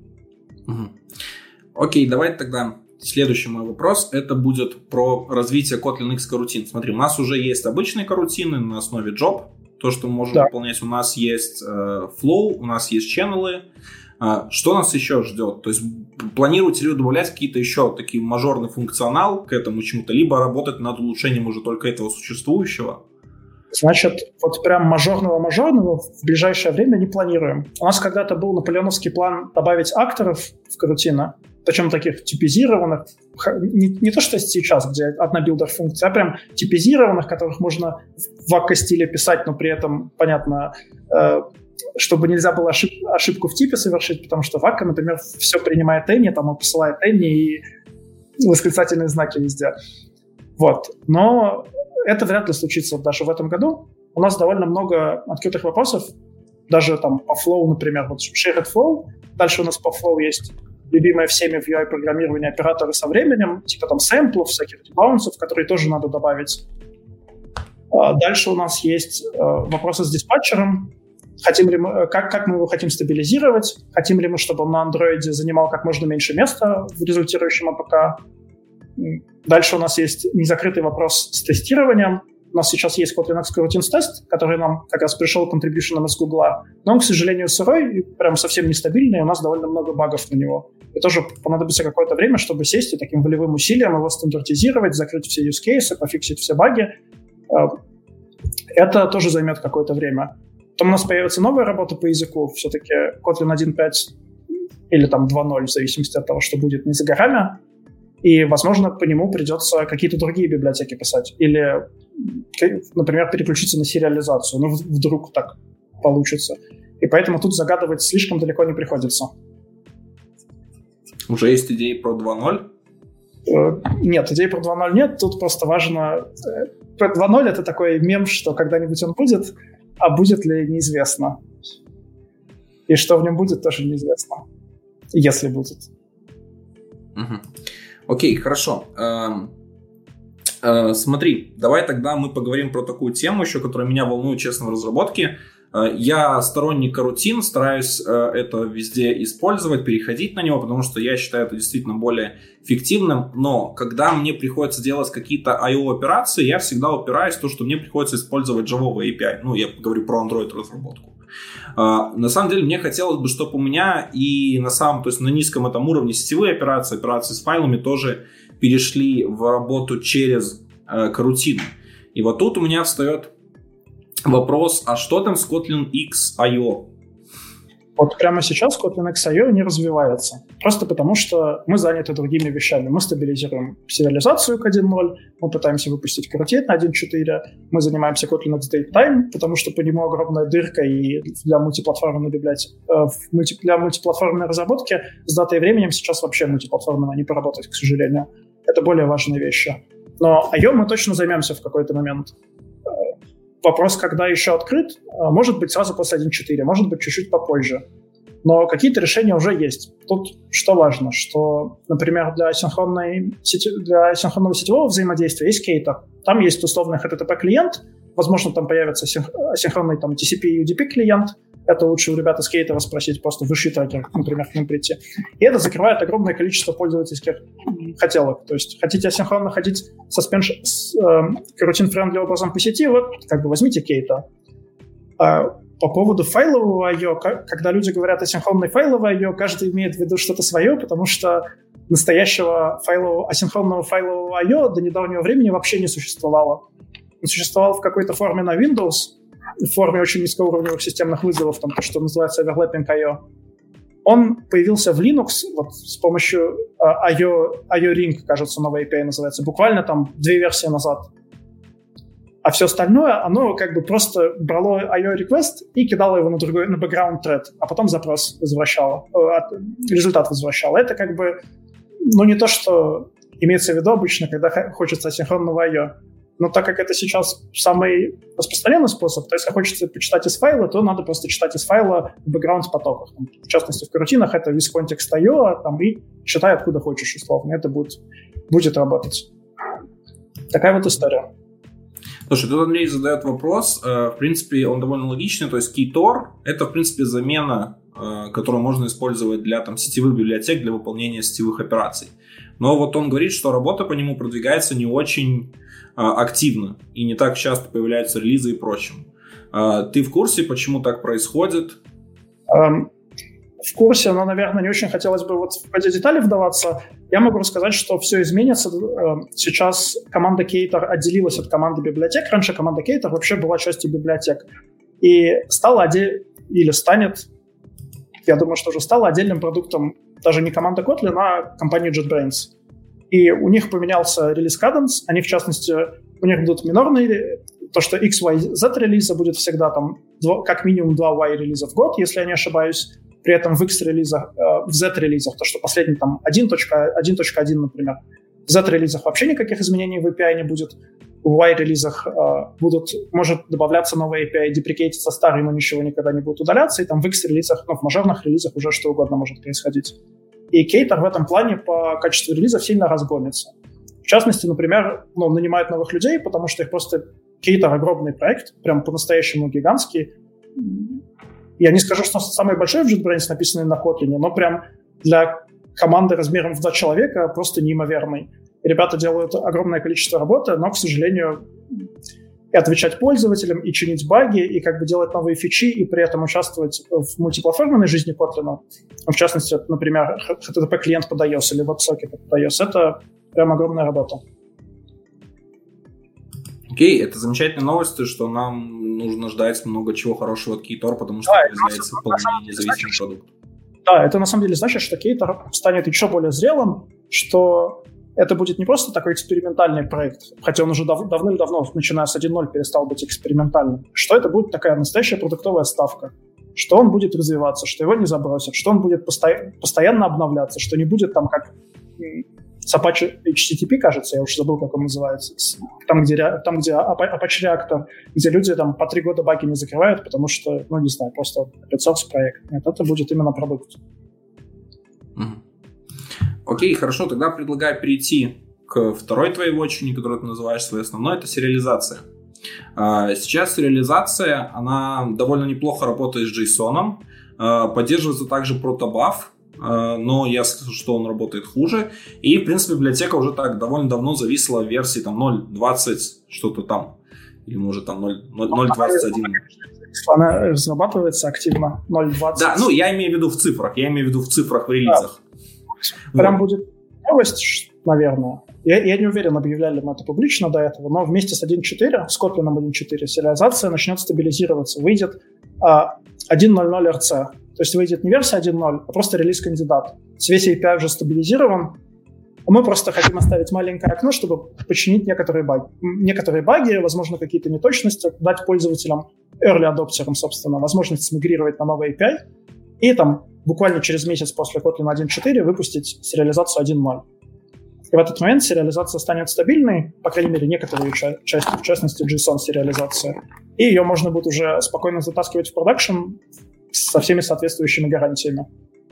Окей, давай тогда следующий мой вопрос. Это будет про развитие Kotlin X карутин. Смотри, у нас уже есть обычные карутины на основе job, то, что мы можем выполнять. У нас есть flow, у нас есть ченнелы. Что нас еще ждет? То есть планируете ли добавлять какие-то еще такие мажорный функционал к этому чему-то, либо работать над улучшением уже только этого существующего? Значит, вот прям мажорного в ближайшее время не планируем. У нас когда-то был наполеоновский план добавить акторов в карутину, причем таких типизированных, не то что сейчас, где одна билдер-функция, а прям типизированных, которых можно в вакка-стиле писать, но при этом, понятно, чтобы нельзя было ошибку в типе совершить, потому что вакка, например, все принимает any, там и посылает any и восклицательные знаки везде. Вот. Но это вряд ли случится даже в этом году. У нас довольно много открытых вопросов, даже там по Flow, например, вот Shared Flow. Дальше у нас по Flow есть любимые всеми в UI-программировании операторы со временем, типа там сэмплов, всяких дебаунсов, которые тоже надо добавить. Дальше у нас есть вопросы с диспатчером. Хотим ли мы, как мы его хотим стабилизировать? Хотим ли мы, чтобы он на Android занимал как можно меньше места в результирующем АПК? Дальше у нас есть незакрытый вопрос с тестированием. У нас сейчас есть Kotlin X Coroutines тест, который нам как раз пришел контрибьюшеном из Гугла, но он, к сожалению, сырой и прям совсем нестабильный, и у нас довольно много багов на него. И тоже понадобится какое-то время, чтобы сесть и таким волевым усилием его стандартизировать, закрыть все use cases, пофиксить все баги. Это тоже займет какое-то время. Потом у нас появится новая работа по языку, все-таки Kotlin 1.5 или там 2.0, в зависимости от того, что будет не за горами. И, возможно, по нему придется какие-то другие библиотеки писать. Или, например, переключиться на сериализацию. Ну, вдруг так получится. И поэтому тут загадывать слишком далеко не приходится. Уже есть идеи про 2.0? Нет, идей про 2.0 нет. Тут просто важно... 2.0 — это такой мем, что когда-нибудь он будет, а будет ли — неизвестно. И что в нем будет, тоже неизвестно. Если будет. Окей, хорошо. Смотри, давай тогда мы поговорим про такую тему еще, которая меня волнует, честно, в разработке. Я сторонник карутин, стараюсь это везде использовать, переходить на него, потому что я считаю это действительно более эффективным. Но когда мне приходится делать какие-то I/O-операции, я всегда упираюсь в то, что мне приходится использовать Java API. Ну, я говорю про Android-разработку. На самом деле, мне хотелось бы, чтобы у меня и то есть на низком этом уровне сетевые операции с файлами тоже перешли в работу через карутину. И вот тут у меня встает вопрос, а что там с Kotlin X I/O? Вот прямо сейчас Kotlin X I/O не развивается. Просто потому, что мы заняты другими вещами. Мы стабилизируем сериализацию к 1.0, мы пытаемся выпустить карутин на 1.4, мы занимаемся Kotlin X Datetime, потому что по нему огромная дырка, и для мультиплатформенной библиотеки, для мультиплатформенной разработки с датой и временем сейчас вообще мультиплатформенно не поработать, к сожалению. Это более важные вещи. Но I/O мы точно займемся в какой-то момент. Вопрос, когда еще открыт, может быть сразу после 1.4, может быть чуть-чуть попозже. Но какие-то решения уже есть. Тут что важно, что, например, для асинхронного сетевого взаимодействия есть Cater. Там есть условный HTTP-клиент, возможно, там появится асинхронный там, TCP и UDP-клиент. Это лучше у ребят из Cater спросить, просто в issue-трекер, например, к ним прийти. И это закрывает огромное количество пользовательских хотелок. То есть хотите асинхронно ходить с карутин-френдли образом по сети, вот как бы возьмите Cater. По поводу файлового I.O., когда люди говорят асинхронный файловый I.O., каждый имеет в виду что-то свое, потому что настоящего асинхронного файлового I.O. до недавнего времени вообще не существовало. Он существовал в какой-то форме на Windows, в форме очень низкоуровневых системных вызовов, там то, что называется overlapping I.O. Он появился в Linux вот, с помощью I.O. Ring, кажется, новая API называется, буквально там 2 версии назад. А все остальное, оно как бы просто брало I.O. request и кидало его на background thread, а потом запрос возвращало, результат возвращало. Это как бы, не то, что имеется в виду обычно, когда хочется асинхронного I.O. Но так как это сейчас самый распространенный способ, то если хочется почитать из файла, то надо просто читать из файла в бэкграунд-потоках. В частности, в карутинах это visContext.io, и читай откуда хочешь, условно. Это будет работать. Такая вот история. Слушай, тут Андрей задает вопрос. В принципе, он довольно логичный. То есть Keytor — это, в принципе, замена, которую можно использовать для сетевых библиотек для выполнения сетевых операций. Но вот он говорит, что работа по нему продвигается не очень активно и не так часто появляются релизы и прочим. Ты в курсе, почему так происходит? В курсе, но, наверное, не очень хотелось бы вот в эти детали вдаваться. Я могу рассказать, что все изменится. Сейчас команда Keytor отделилась от команды библиотек. Раньше команда Keytor вообще была частью библиотек. И станет, я думаю, что уже стала отдельным продуктом даже не команда Kotlin, а компания JetBrains. И у них поменялся релиз каденс. Они, в частности, у них будут минорные, то, что X, Y, Z релиза будет всегда там как минимум 2 Y релиза в год, если я не ошибаюсь. При этом в X релизах, в Z релизах, то, что последний там 1.1, например. В Z релизах вообще никаких изменений в API не будет. В Y релизах может добавляться новая API, деприкейтиться старый, но ничего никогда не будет удаляться. И там в X релизах, в мажорных релизах уже что угодно может происходить. И Keytor в этом плане по качеству релизов сильно разгонится. В частности, например, нанимают новых людей, потому что их просто Keytor огромный проект, прям по-настоящему гигантский. Я не скажу, что самый большой в JetBrains, написанный на Kotlin, но прям для команды размером в 2 человека просто неимоверный. И ребята делают огромное количество работы, но, к сожалению, и отвечать пользователям, и чинить баги, и как бы делать новые фичи, и при этом участвовать в мультиплатформенной жизни Kotlin. В частности, например, HTTP-клиент под iOS или WebSocket под iOS. Это прям огромная работа. Окей, это замечательная новость, что нам нужно ждать много чего хорошего от Keytor, потому что это является вполне независимым продуктом. Да, это на самом деле значит, что Keytor станет еще более зрелым, что это будет не просто такой экспериментальный проект, хотя он уже давным-давно, начиная с 1.0, перестал быть экспериментальным, что это будет такая настоящая продуктовая ставка, что он будет развиваться, что его не забросят, что он будет постоянно обновляться, что не будет там как с Apache HTTP, кажется, я уже забыл, как он называется, там, где Apache Reactor, где люди там по 3 года баги не закрывают, потому что, не знаю, просто open source проект. Нет, это будет именно продукт. Окей, хорошо, тогда предлагаю перейти к второй твоей вотчине, которую ты называешь своей основной, это сериализация. Сейчас сериализация, она довольно неплохо работает с JSON, поддерживается также Protobuf, но я скажу, что он работает хуже. И, в принципе, библиотека уже так довольно давно зависла в версии 0.20 что-то там. Или может там 0.21. Она разрабатывается активно 0.20. Да, я имею в виду в цифрах. Я имею в виду в цифрах в релизах. Да. Прям будет новость, наверное. Я не уверен, объявляли мы это публично до этого, но вместе с 1.4, с Kotlin 1.4, сериализация начнет стабилизироваться. Выйдет 1.0.0 RC. То есть выйдет не версия 1.0, а просто релиз-кандидат. Весь API уже стабилизирован. Мы просто хотим оставить маленькое окно, чтобы починить некоторые баги, возможно, какие-то неточности, дать пользователям, early adopterам, собственно, возможность смигрировать на новый API и там буквально через месяц после Kotlin 1.4 выпустить сериализацию 1.0. И в этот момент сериализация станет стабильной, по крайней мере, некоторые части, в частности, JSON-сериализация. И ее можно будет уже спокойно затаскивать в продакшн со всеми соответствующими гарантиями.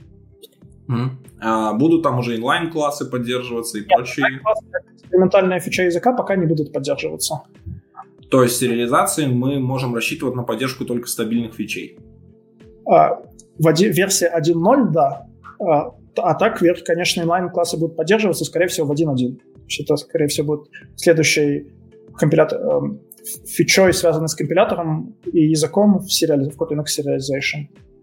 Будут там уже инлайн-классы поддерживаться и прочие? Экспериментальная фича языка пока не будут поддерживаться. То есть сериализации мы можем рассчитывать на поддержку только стабильных фичей? Версия 1.0, да. А так, конечно, инлайн-классы будут поддерживаться, скорее всего, в 1.1. Это, скорее всего, будет следующий компилятор, фичой, связанной с компилятором и языком в Kotlin X Serialization.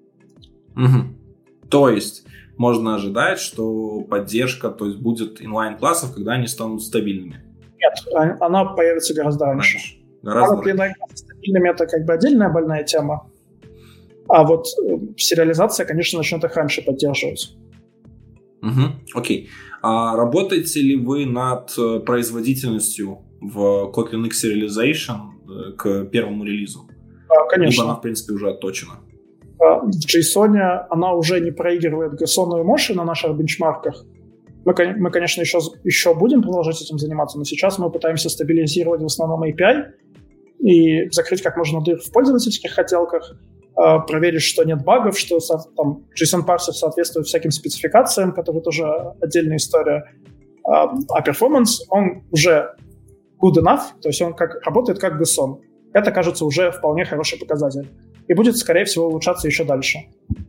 То есть можно ожидать, что поддержка, то есть будет инлайн-классов, когда они станут стабильными? Нет, она появится гораздо раньше. Инлайн-классы стабильными — это как бы отдельная больная тема. А вот сериализация, конечно, начнет их раньше поддерживать. Окей. А работаете ли вы над производительностью в Kotlin X Serialization к первому релизу? Конечно. Либо она, в принципе, уже отточена? В JSON она уже не проигрывает JSON и Moshi на наших бенчмарках. Мы, конечно, еще будем продолжать этим заниматься, но сейчас мы пытаемся стабилизировать в основном API и закрыть как можно дыр в пользовательских хотелках, проверить, что нет багов, что там JSON-парсер соответствует всяким спецификациям, которые тоже отдельная история. А перформанс, он уже good enough, то есть он работает как JSON. Это, кажется, уже вполне хороший показатель. И будет, скорее всего, улучшаться еще дальше.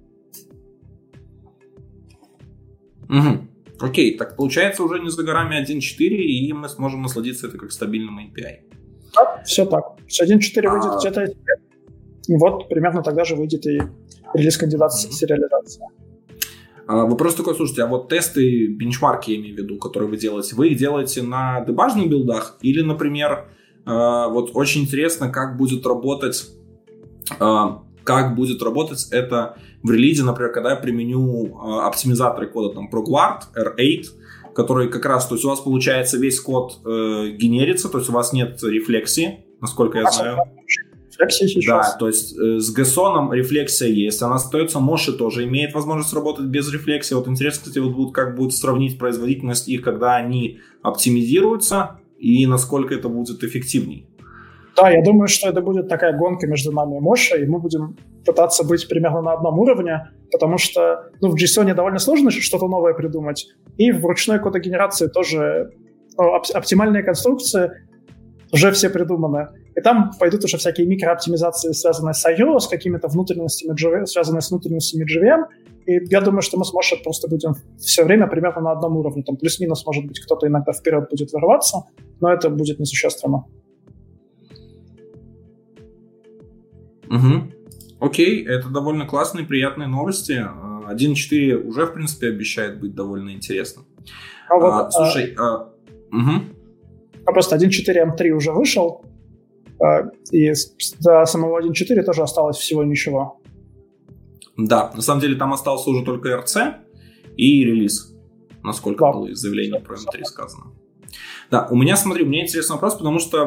Окей, так получается уже не за горами 1.4, и мы сможем насладиться это как стабильным API. Да, все так. 1.4 выйдет где-то. Вот примерно тогда же выйдет и релиз кандидата сериализации. Вопрос такой, слушайте, а вот тесты, бенчмарки, я имею в виду, которые вы их делаете на дебажных билдах? Или, например, вот очень интересно, как будет работать это в релизе, например, когда я применю оптимизаторы кода, там, ProGuard, R8, который как раз, то есть у вас получается весь код генерится, то есть у вас нет рефлексии, насколько я знаю. Да, то есть с JSON рефлексия есть, она остается, Moshi тоже имеет возможность работать без рефлексии. Вот интересно, кстати, как будет сравнить производительность их, когда они оптимизируются, и насколько это будет эффективней. Да, я думаю, что это будет такая гонка между нами и Moshi, и мы будем пытаться быть примерно на одном уровне, потому что в JSON довольно сложно что-то новое придумать, и в ручной кодогенерации тоже оптимальные конструкции уже все придуманы. И там пойдут уже всякие микрооптимизации, связанные с I/O, с какими-то внутренностями, связанные с внутренностями JVM. И я думаю, что мы с Moshi просто будем все время примерно на одном уровне. Там плюс-минус, может быть, кто-то иногда вперед будет вырываться, но это будет несущественно. Окей, это довольно классные, приятные новости. 1.4 уже, в принципе, обещает быть довольно интересным. Слушай, просто 1.4 M3 уже вышел, и до самого 1.4 тоже осталось всего ничего. Да, на самом деле там остался уже только RC и релиз, насколько было из заявления про M3 сказано. Да, у меня интересный вопрос, потому что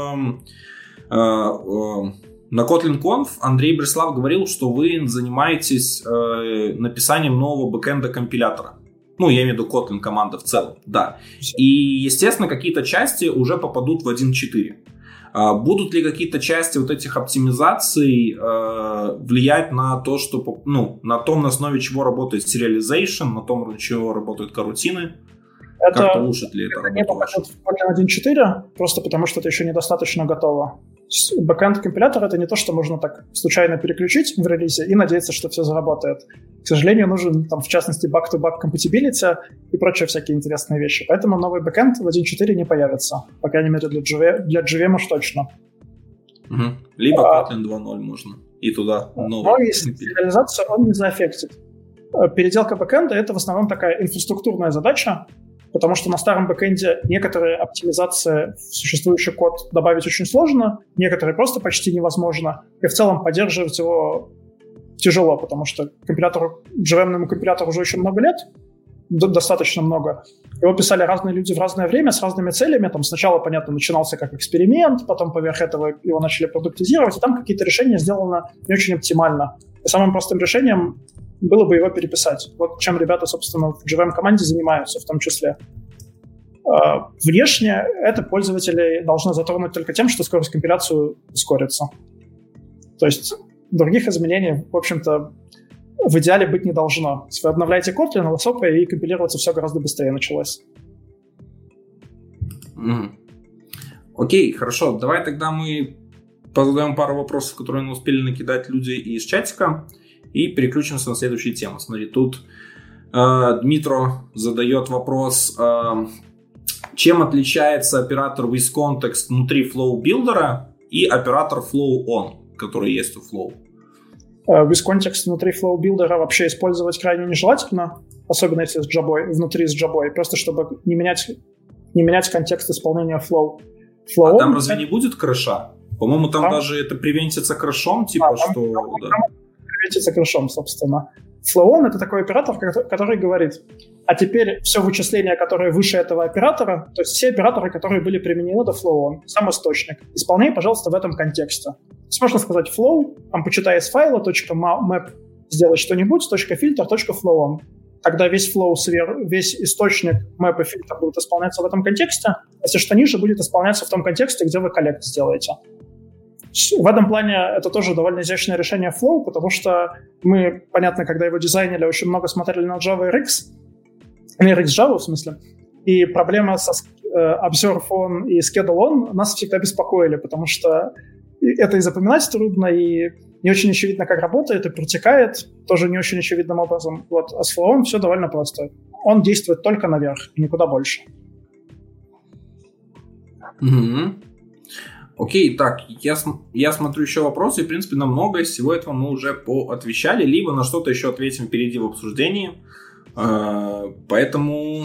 на KotlinConf Андрей Бреслав говорил, что вы занимаетесь написанием нового бэкэнда компилятора. Ну, я имею в виду Kotlin команда в целом, да. И, естественно, какие-то части уже попадут в 1.4. Будут ли какие-то части вот этих оптимизаций влиять на то, что, на том, на основе чего работает serialization, на том, на чего работают карутины? Как-то улучшит ли это работу вашу? Это не Kotlin 1.4, просто потому что это еще недостаточно готово. Бэкэнд компилятор — это не то, что можно так случайно переключить в релизе и надеяться, что все заработает. К сожалению, нужен, в частности, back-to-back compatibility и прочие всякие интересные вещи. Поэтому новый бэкэнд в 1.4 не появится. По крайней мере, для JVM уж точно. Либо Kotlin 2.0 можно. И туда новый. Но если сериализацию он не заэффектит. Переделка бэкэнда — это в основном такая инфраструктурная задача, потому что на старом бэкэнде некоторые оптимизации в существующий код добавить очень сложно, некоторые просто почти невозможно, и в целом поддерживать его тяжело, потому что JVM-ному компилятору уже очень много лет, достаточно много. Его писали разные люди в разное время с разными целями. Там сначала, понятно, начинался как эксперимент, потом поверх этого его начали продуктизировать, и там какие-то решения сделаны не очень оптимально. И самым простым решением было бы его переписать. Вот чем ребята, собственно, в JVM-команде занимаются в том числе. Внешне это пользователи должны затронуть только тем, что скорость компиляции ускорится. То есть других изменений, в общем-то, в идеале быть не должно. Если вы обновляете Kotlin, высокое, и компилироваться все гораздо быстрее началось. Окей, хорошо. Давай тогда мы позадаем пару вопросов, которые мы успели накидать люди из чатика, и переключимся на следующую тему. Смотри, тут Дмитро задает вопрос, чем отличается оператор WithContext внутри Flow Builder и оператор flow on, который есть у flow. Без контекста внутри flow builder вообще использовать крайне нежелательно, особенно если внутри с Java, просто чтобы не менять контекст исполнения flow. А там разве не будет крэша? По-моему, там даже это превентится крэшом, типа, что... Превентится крэшом, собственно. Flow-on — это такой оператор, который говорит, а теперь все вычисления, которые выше этого оператора, то есть все операторы, которые были применены до Flow-on, сам источник, исполняй, пожалуйста, в этом контексте. То есть можно сказать flow, почитай из файла, .map, сделай что-нибудь, .filter, .flow-on. Тогда весь flow, весь источник, map и фильтр будут исполняться в этом контексте, а все, что ниже, будет исполняться в том контексте, где вы коллект сделаете. В этом плане это тоже довольно изящное решение Flow, потому что мы, понятно, когда его дизайнили, очень много смотрели на Java RX, на RX Java, в смысле, и проблемы со Observe On и Schedule On нас всегда беспокоили, потому что это и запоминать трудно, и не очень очевидно, как работает, и протекает тоже не очень очевидным образом. Вот. А с Flow On все довольно просто. Он действует только наверх, и никуда больше. Окей, так, я смотрю еще вопросы, и, в принципе, на многое из всего этого мы уже поотвечали, либо на что-то еще ответим впереди в обсуждении. Поэтому...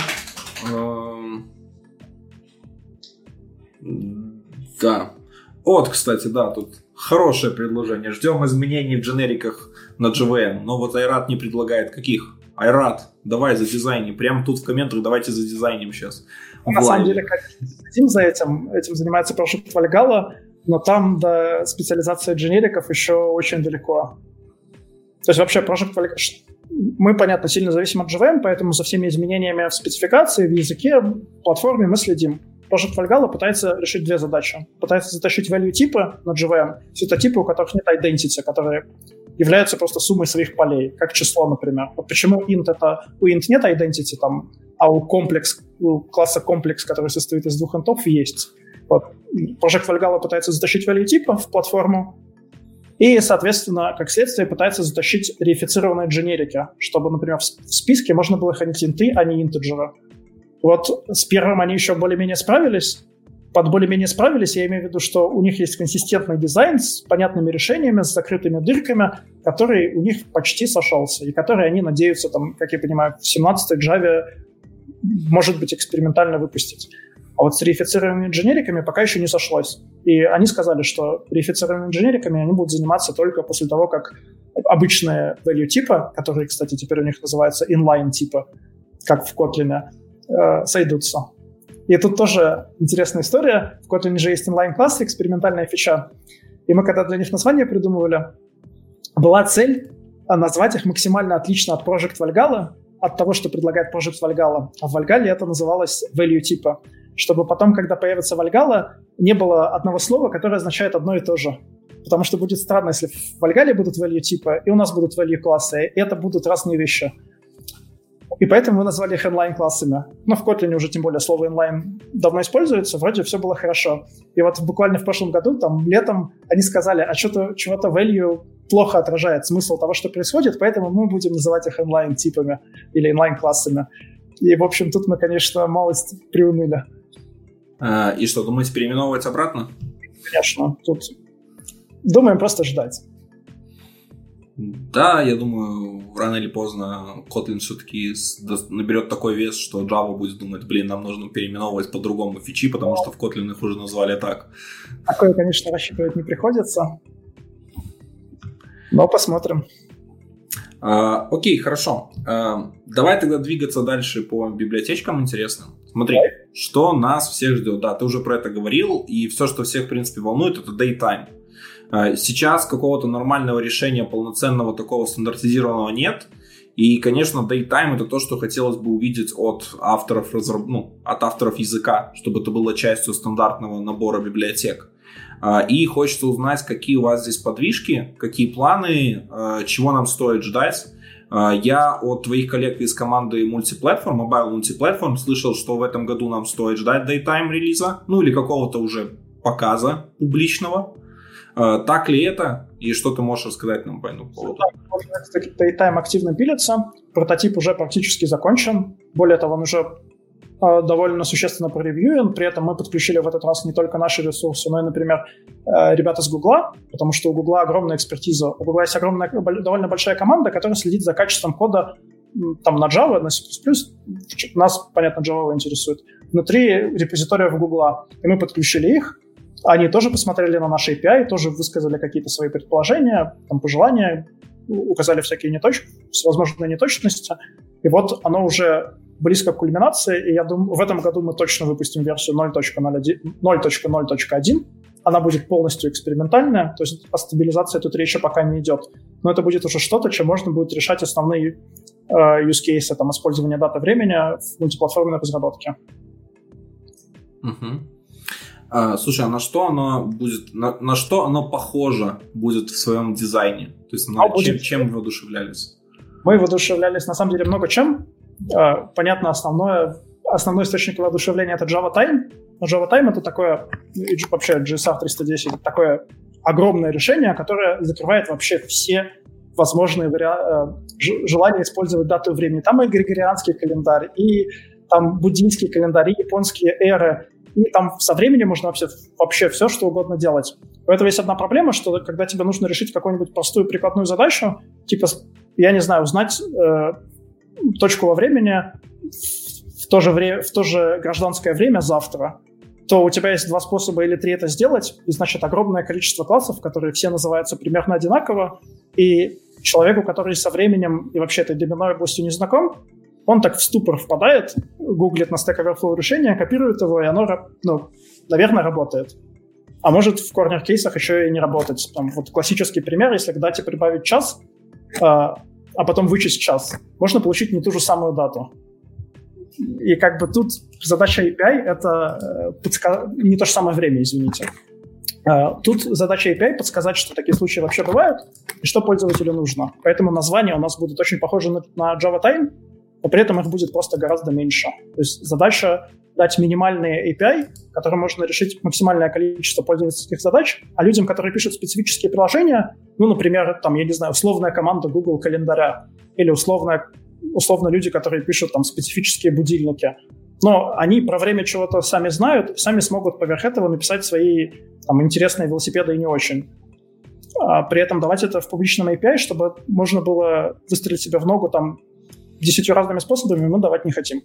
Да. Вот, кстати, да, тут хорошее предложение. Ждем изменений в дженериках на JVM, но вот Айрат не предлагает каких. Айрат, давай задизайним. Прямо тут в комментах давайте задизайним сейчас. На самом деле, следим за этим занимается Project Valhalla, но там до специализации дженериков еще очень далеко. То есть вообще Project Valhalla... Мы, понятно, сильно зависим от JVM, поэтому за всеми изменениями в спецификации, в языке, в платформе мы следим. Project Valhalla пытается решить две задачи. Пытается затащить value-типы на JVM, светотипы, у которых нет identity, которые являются просто суммой своих полей, как число, например. Вот почему int это... У int нет identity, там, а у класса комплекс, который состоит из двух интов, есть. Вот. Project Valhalla пытается затащить value-типы в платформу, и, соответственно, как следствие, пытается затащить реифицированные дженерики, чтобы, например, в списке можно было хранить инты, а не интеджеры. Вот с первым они еще более-менее справились. Под более-менее справились, я имею в виду, что у них есть консистентный дизайн с понятными решениями, с закрытыми дырками, который у них почти сошелся, и который они надеются, там, как я понимаю, в 17-й Java, может быть, экспериментально выпустить. А вот с реифицированными дженериками пока еще не сошлось. И они сказали, что реифицированными дженериками они будут заниматься только после того, как обычные value типа, которые, кстати, теперь у них называются inline типа, как в Kotlin, сойдутся. И тут тоже интересная история. В Kotlin же есть inline-классы, экспериментальная фича. И мы когда для них название придумывали, была цель назвать их максимально отлично от Project Valhalla, от того, что предлагает Project Valhalla. А в Valhalla это называлось value типа. Чтобы потом, когда появится Valhalla, не было одного слова, которое означает одно и то же. Потому что будет странно, если в Valhalla будут value типа, и у нас будут value классы, и это будут разные вещи. И поэтому мы назвали их inline-классами. Но в Kotlin уже тем более слово inline давно используется, вроде все было хорошо. И вот буквально в прошлом году, там, летом, они сказали, а чего-то value плохо отражает смысл того, что происходит, поэтому мы будем называть их inline-типами или inline-классами. И, в общем, тут мы, конечно, малость приуныли. И что, думаете, переименовывать обратно? Конечно, тут думаем просто ждать. Да, я думаю, рано или поздно Kotlin все-таки наберет такой вес, что Java будет думать, нам нужно переименовывать по-другому фичи, потому что в Kotlin их уже назвали так. Такое, конечно, рассчитывать не приходится, но посмотрим. Окей, хорошо. Давай тогда двигаться дальше по библиотечкам интересным. Смотри, что нас всех ждет. Да, ты уже про это говорил, и все, что всех, в принципе, волнует, это Datetime. Сейчас какого-то нормального решения, полноценного такого стандартизированного нет. И, конечно, Datetime — это то, что хотелось бы увидеть от авторов языка, чтобы это было частью стандартного набора библиотек. И хочется узнать, какие у вас здесь подвижки, какие планы, чего нам стоит ждать. Я от твоих коллег из команды Multiplatform, Mobile Multiplatform, слышал, что в этом году нам стоит ждать Datetime релиза, или какого-то уже показа публичного. Так ли это? И что ты можешь рассказать нам по этому поводу? Datetime активно пилится, прототип уже практически закончен. Более того, он уже довольно существенно проревьюен. При этом мы подключили в этот раз не только наши ресурсы, но и, например, ребята с Гугла, потому что у Гугла огромная экспертиза. У Гугла есть огромная, довольно большая команда, которая следит за качеством кода там на Java, на C++. Нас, понятно, Java интересует. Внутри репозиториев Гугла. И мы подключили их. Они тоже посмотрели на наши API, тоже высказали какие-то свои предположения, там, пожелания, указали всякие всевозможные неточности. И вот оно уже близко к кульминации, и я думаю, в этом году мы точно выпустим версию 0.0.1. Она будет полностью экспериментальная, то есть о стабилизации тут речи пока не идет. Но это будет уже что-то, чем можно будет решать основные use cases, там, использование даты времени в мультиплатформенной разработке. Слушай, а на что оно будет, на что оно похоже будет в своем дизайне? То есть чем вы воодушевлялись? Мы воодушевлялись, на самом деле, много чем. Понятно, основной источник воодушевления — это Java Time. Но Java Time — это такое, вообще GSR 310, такое огромное решение, которое закрывает вообще все возможные желания использовать дату времени. Там и григорианский календарь, и там буддийский календарь, и японские эры, и там со временем можно вообще все, что угодно делать. У этого есть одна проблема, что когда тебе нужно решить какую-нибудь простую прикладную задачу, типа, я не знаю, узнать точку во времени в то же гражданское время завтра, то у тебя есть 2 способа или 3 это сделать, и, значит, огромное количество классов, которые все называются примерно одинаково, и человеку, который со временем и вообще этой доменной областью не знаком, он так в ступор впадает, гуглит на Stack Overflow решение, копирует его, и оно, наверное, работает. А может в корнер-кейсах еще и не работать. Там, вот классический пример, если к дате прибавить час, а потом вычесть час, можно получить не ту же самую дату. И как бы тут задача API — это не то же самое время, извините. Тут задача API — подсказать, что такие случаи вообще бывают, и что пользователю нужно. Поэтому названия у нас будут очень похожи на Java Time, но при этом их будет просто гораздо меньше. То есть задача дать минимальные API, которые можно решить максимальное количество пользовательских задач, а людям, которые пишут специфические приложения, например, там, я не знаю, условная команда Google календаря или условно люди, которые пишут там специфические будильники, но они про время чего-то сами знают, сами смогут поверх этого написать свои там интересные велосипеды и не очень. А при этом давать это в публичном API, чтобы можно было выстрелить себе в ногу там 10 разными способами, мы давать не хотим.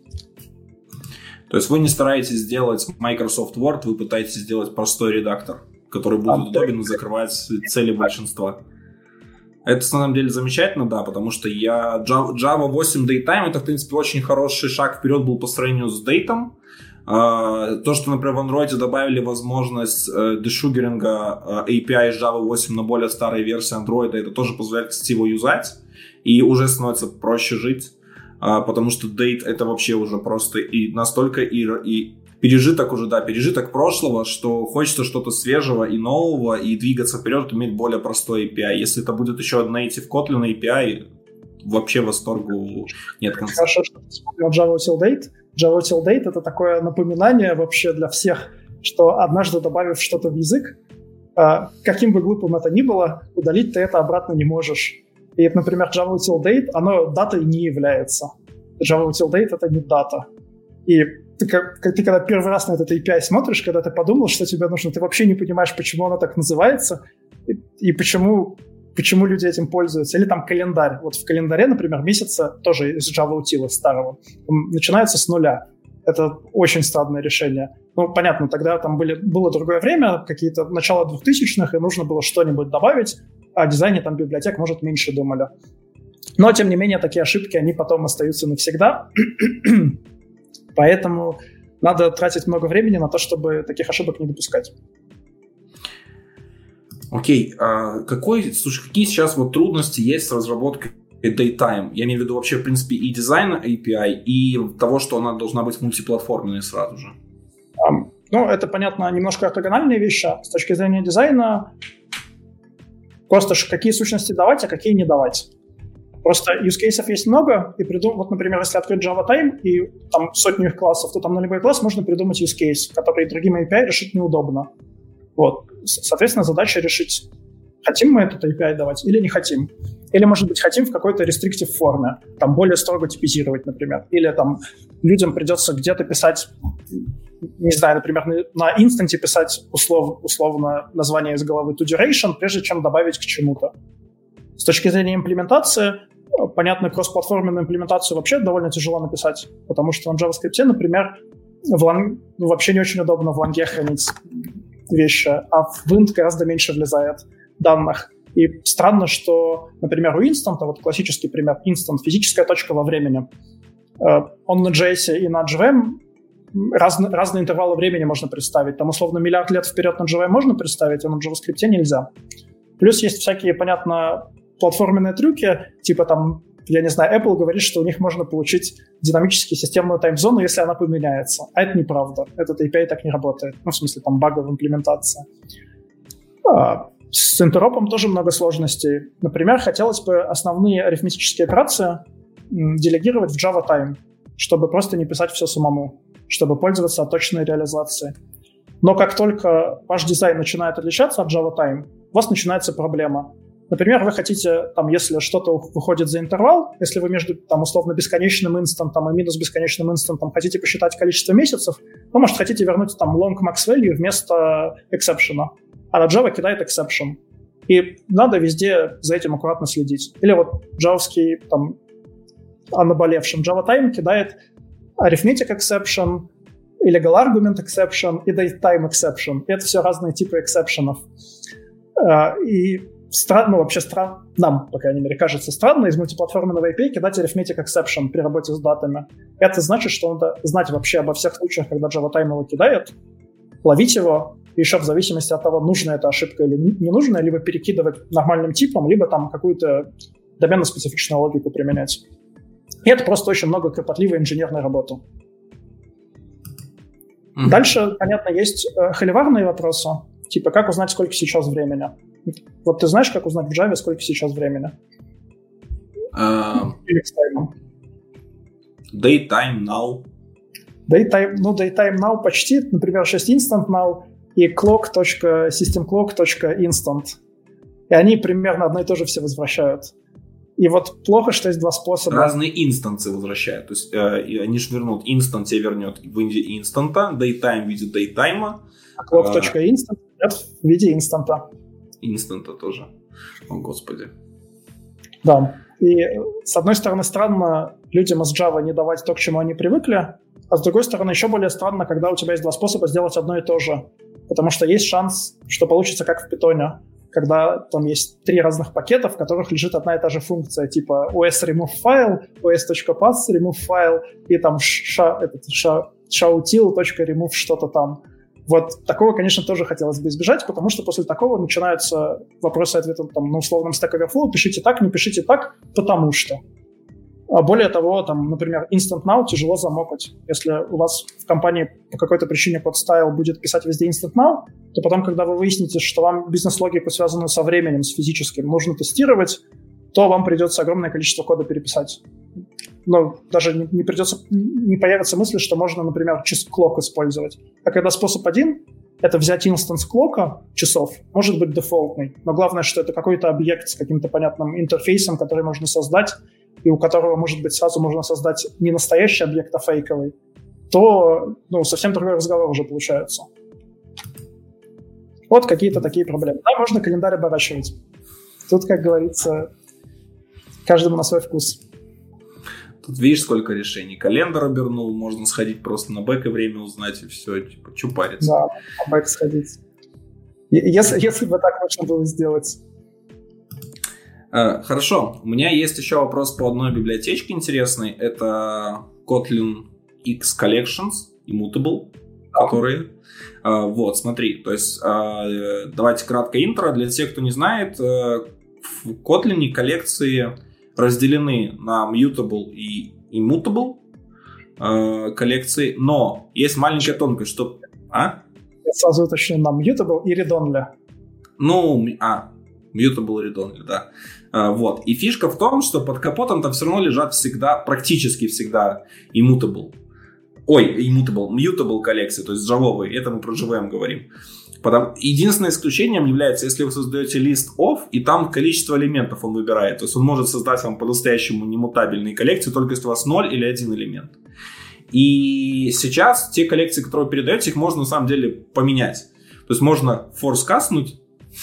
То есть вы не стараетесь сделать Microsoft Word, вы пытаетесь сделать простой редактор, который будет удобен и закрывать цели большинства. Это, на самом деле, замечательно, да, потому что Java 8 Datetime — это, в принципе, очень хороший шаг вперед был по сравнению с Date. То, что, например, в Android добавили возможность дешугеринга API из Java 8 на более старой версии Android, это тоже позволяет, кстати, его юзать, и уже становится проще жить, потому что Date — это вообще уже просто и настолько и пережиток прошлого, что хочется что-то свежего и нового, и двигаться вперед, иметь более простой API. Если это будет еще native Kotlin API, вообще восторгу нет конца. Хорошо, что ты вспомнил Java Till Date. Java Till Date — это такое напоминание вообще для всех, что однажды добавив что-то в язык, каким бы глупым это ни было, удалить ты это обратно не можешь. И, например, Java Till Date, оно датой не является. Java Till Date — это не дата. И ты когда первый раз на этот API смотришь, когда ты подумал, что тебе нужно, ты вообще не понимаешь, почему оно так называется и почему люди этим пользуются. Или там календарь. Вот в календаре, например, месяца тоже из Java Util старого начинается с нуля. Это очень странное решение. Понятно, тогда там было другое время, какие-то начало 2000-х, и нужно было что-нибудь добавить, а о дизайне там библиотек, может, меньше думали. Но, тем не менее, такие ошибки, они потом остаются навсегда. Поэтому надо тратить много времени на то, чтобы таких ошибок не допускать. Окей. Какие сейчас трудности есть с разработкой Datetime? Я имею в виду вообще, в принципе, и дизайна API, и того, что она должна быть мультиплатформенной сразу же. Это, понятно, немножко ортогональные вещи. С точки зрения дизайна, просто какие сущности давать, а какие не давать. Просто use cases есть много, и например, если открыть Java Time и там сотню их классов, то там на любой класс можно придумать use case, который другим API решить неудобно. Соответственно, задача решить, хотим мы этот API давать или не хотим. Или, может быть, хотим в какой-то restrictive форме, там более строго типизировать, например. Или там людям придется где-то писать, не знаю, например, на инстанте писать условно название из головы to duration, прежде чем добавить к чему-то. С точки зрения имплементации, понятно, кроссплатформенную имплементацию вообще довольно тяжело написать, потому что на JavaScript, например, вообще не очень удобно в лонге хранить вещи, а в int гораздо меньше влезает данных. И странно, что, например, у инстанта, вот классический пример, инстант, физическая точка во времени, он на JS и на JVM разные интервалы времени можно представить. Там, условно, миллиард лет вперед на JVM можно представить, а на JavaScript нельзя. Плюс есть всякие, понятно, платформенные трюки, типа там, я не знаю, Apple говорит, что у них можно получить динамически системную таймзону, если она поменяется. А это неправда. Этот API так не работает. Ну, в смысле, там багы в имплементации. С интеропом тоже много сложностей. Например, хотелось бы основные арифметические операции делегировать в Java Time, чтобы просто не писать все самому, чтобы пользоваться точной реализацией. Но как только ваш дизайн начинает отличаться от Java Time, у вас начинается проблема. Например, вы хотите, там, если что-то выходит за интервал, если вы между, там, условно, бесконечным инстантом и минус бесконечным инстантом хотите посчитать количество месяцев, вы, может, хотите вернуть там long max value вместо exception. А на Java кидает exception. И надо везде за этим аккуратно следить. Или вот джавский, там, о наболевшем Java Time кидает arithmetic exception, illegal argument exception и datetime exception. И это все разные типы эксепшенов. И нам, по крайней мере, кажется странно из мультиплатформенного API кидать arithmetic exception при работе с датами. Это значит, что надо знать вообще обо всех случаях, когда Java Time его кидает, ловить его, еще в зависимости от того, нужна эта ошибка или не нужна, либо перекидывать нормальным типом, либо там какую-то доменно-специфичную логику применять. И это просто очень много кропотливой инженерной работы. Дальше, понятно, есть холиварные вопросы, типа как узнать, сколько сейчас времени. Вот ты знаешь, как узнать в Java, сколько сейчас времени? Или с таймом? Daytime now. Daytime now почти. Например, есть instant now и clock.systemclock.instant. И они примерно одно и то же все возвращают. И вот плохо, что есть два способа. Разные инстансы возвращают. То есть они же вернут, инстант тебе вернет в виде инстанта, daytime в виде daytime. А clock.instant вернет в виде инстанта. Инстанта тоже. О, господи. Да. И с одной стороны, странно людям из Java не давать то, к чему они привыкли, а с другой стороны, еще более странно, когда у тебя есть два способа сделать одно и то же. Потому что есть шанс, что получится как в Python, когда там есть 3 разных пакета, в которых лежит одна и та же функция, типа os_remove_file, os.pass_remove_file и там shoutil.remove что-то там. Вот такого, конечно, тоже хотелось бы избежать, потому что после такого начинаются вопросы и ответы там, на условном Stack Overflow, пишите так, не пишите так, потому что. А более того, там, например, Instant Now тяжело замокать. Если у вас в компании по какой-то причине код style будет писать везде Instant Now, то потом, когда вы выясните, что вам бизнес-логику, связанную со временем, с физическим, нужно тестировать, то вам придется огромное количество кода переписать. Но даже не появится мысль, что можно, например, clock использовать. А когда способ один — это взять инстанс клока часов, может быть дефолтный, но главное, что это какой-то объект с каким-то понятным интерфейсом, который можно создать, и у которого, может быть, сразу можно создать не настоящий объект, а фейковый, то совсем другой разговор уже получается. Вот какие-то такие проблемы. Да, можно календарь оборачивать. Тут, как говорится, каждому на свой вкус. Тут видишь, сколько решений. Календарь обернул, можно сходить просто на бэк и время узнать, и все, типа, чё париться. Да, на бэк сходить. Если бы так можно было сделать. Хорошо. У меня есть еще вопрос по одной библиотечке интересной. Это Kotlin X Collections, Immutable, которые... Вот, смотри. То есть, давайте краткое интро. Для тех, кто не знает, в Kotlin коллекции разделены на mutable и immutable коллекции, но есть маленькая тонкость, что... Я сразу уточню, на mutable и read-only. Mutable и read-only, да. Вот. И фишка в том, что под капотом там все равно лежат всегда, практически всегда immutable. mutable коллекции, то есть джавовые, это мы про JVM говорим. Единственное исключением является, если вы создаете лист of, и там количество элементов он выбирает. То есть он может создать вам по-настоящему немутабельные коллекции, только если у вас 0 или 1 элемент. И сейчас те коллекции, которые вы передаете, их можно на самом деле поменять. То есть можно force кастнуть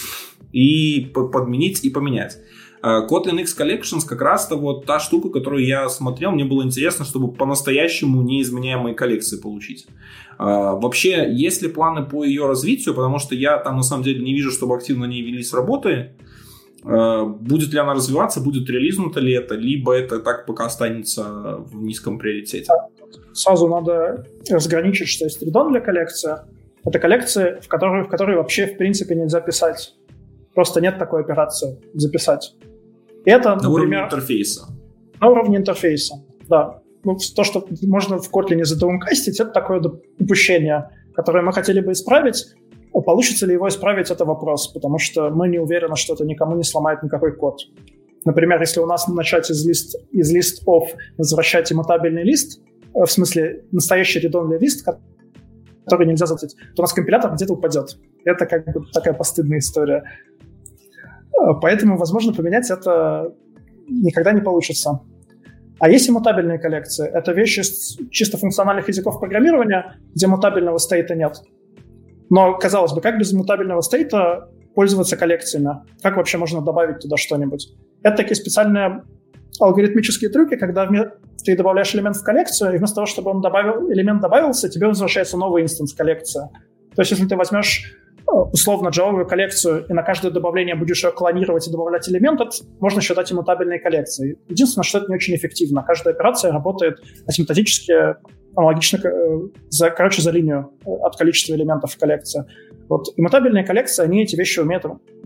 и подменить и поменять. Kotlin X Collections как раз-то вот та штука, которую я смотрел, мне было интересно, чтобы по-настоящему неизменяемые коллекции получить. Вообще, есть ли планы по ее развитию, потому что я там на самом деле не вижу, чтобы активно на ней велись работы. Будет ли она развиваться, будет релизнуто ли это, либо это так пока останется в низком приоритете? Сразу надо разграничить, что есть редон-ли коллекция. Это коллекции, в которые вообще в принципе нельзя писать. Просто нет такой операции записать. Это, на уровне интерфейса. На уровне интерфейса, да. То, что можно в Kotlin задаункастить, это такое упущение, которое мы хотели бы исправить. Получится ли его исправить, это вопрос, потому что мы не уверены, что это никому не сломает никакой код. Например, если у нас начать из list of возвращать иммутабельный лист, в смысле настоящий редонный лист, который нельзя задать, то у нас компилятор где-то упадет. Это как бы такая постыдная история. Поэтому, возможно, поменять это никогда не получится. А есть иммутабельные коллекции. Это вещи чисто функциональных языков программирования, где мутабельного стейта нет. Но, казалось бы, как без мутабельного стейта пользоваться коллекциями? Как вообще можно добавить туда что-нибудь? Это такие специальные алгоритмические трюки, когда ты добавляешь элемент в коллекцию, и вместо того, чтобы элемент добавился, тебе возвращается новый инстанс коллекции. То есть, если ты возьмешь условно джавовую коллекцию и на каждое добавление будешь ее клонировать и добавлять элемент, это можно считать иммутабельной коллекцией. Единственное, что это не очень эффективно. Каждая операция работает асимптотически, аналогично, за линию от количества элементов в коллекции. Вот. Иммутабельные коллекции, они эти вещи умеют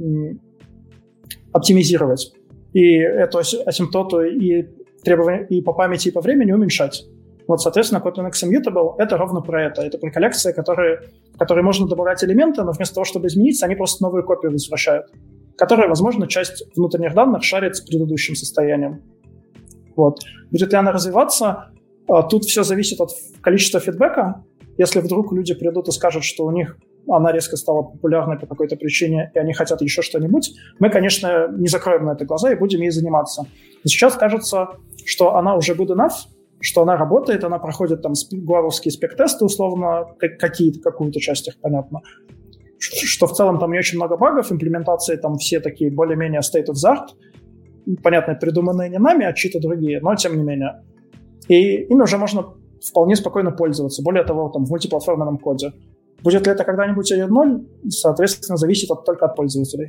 оптимизировать. И эту асимптоту и требования и по памяти, и по времени уменьшать. Вот, соответственно, Kotlin X Immutable — это ровно про это. Это про коллекции, которые можно добавлять элементы, но вместо того, чтобы измениться, они просто новую копию возвращают, которая, возможно, часть внутренних данных шарит с предыдущим состоянием. Вот. Будет ли она развиваться? Тут все зависит от количества фидбэка. Если вдруг люди придут и скажут, что у них она резко стала популярной по какой-то причине, и они хотят еще что-нибудь, мы, конечно, не закроем на это глаза и будем ей заниматься. Но сейчас кажется, что она уже good enough, что она работает, она проходит там гуавовские спек-тесты, условно, какую-то часть их, понятно. Что в целом там не очень много багов, имплементации там все такие более-менее state of the art, понятно, придуманные не нами, а чьи-то другие, но тем не менее. И ими уже можно вполне спокойно пользоваться. Более того, там в мультиплатформенном коде. Будет ли это когда-нибудь 1.0, соответственно, зависит только от пользователей.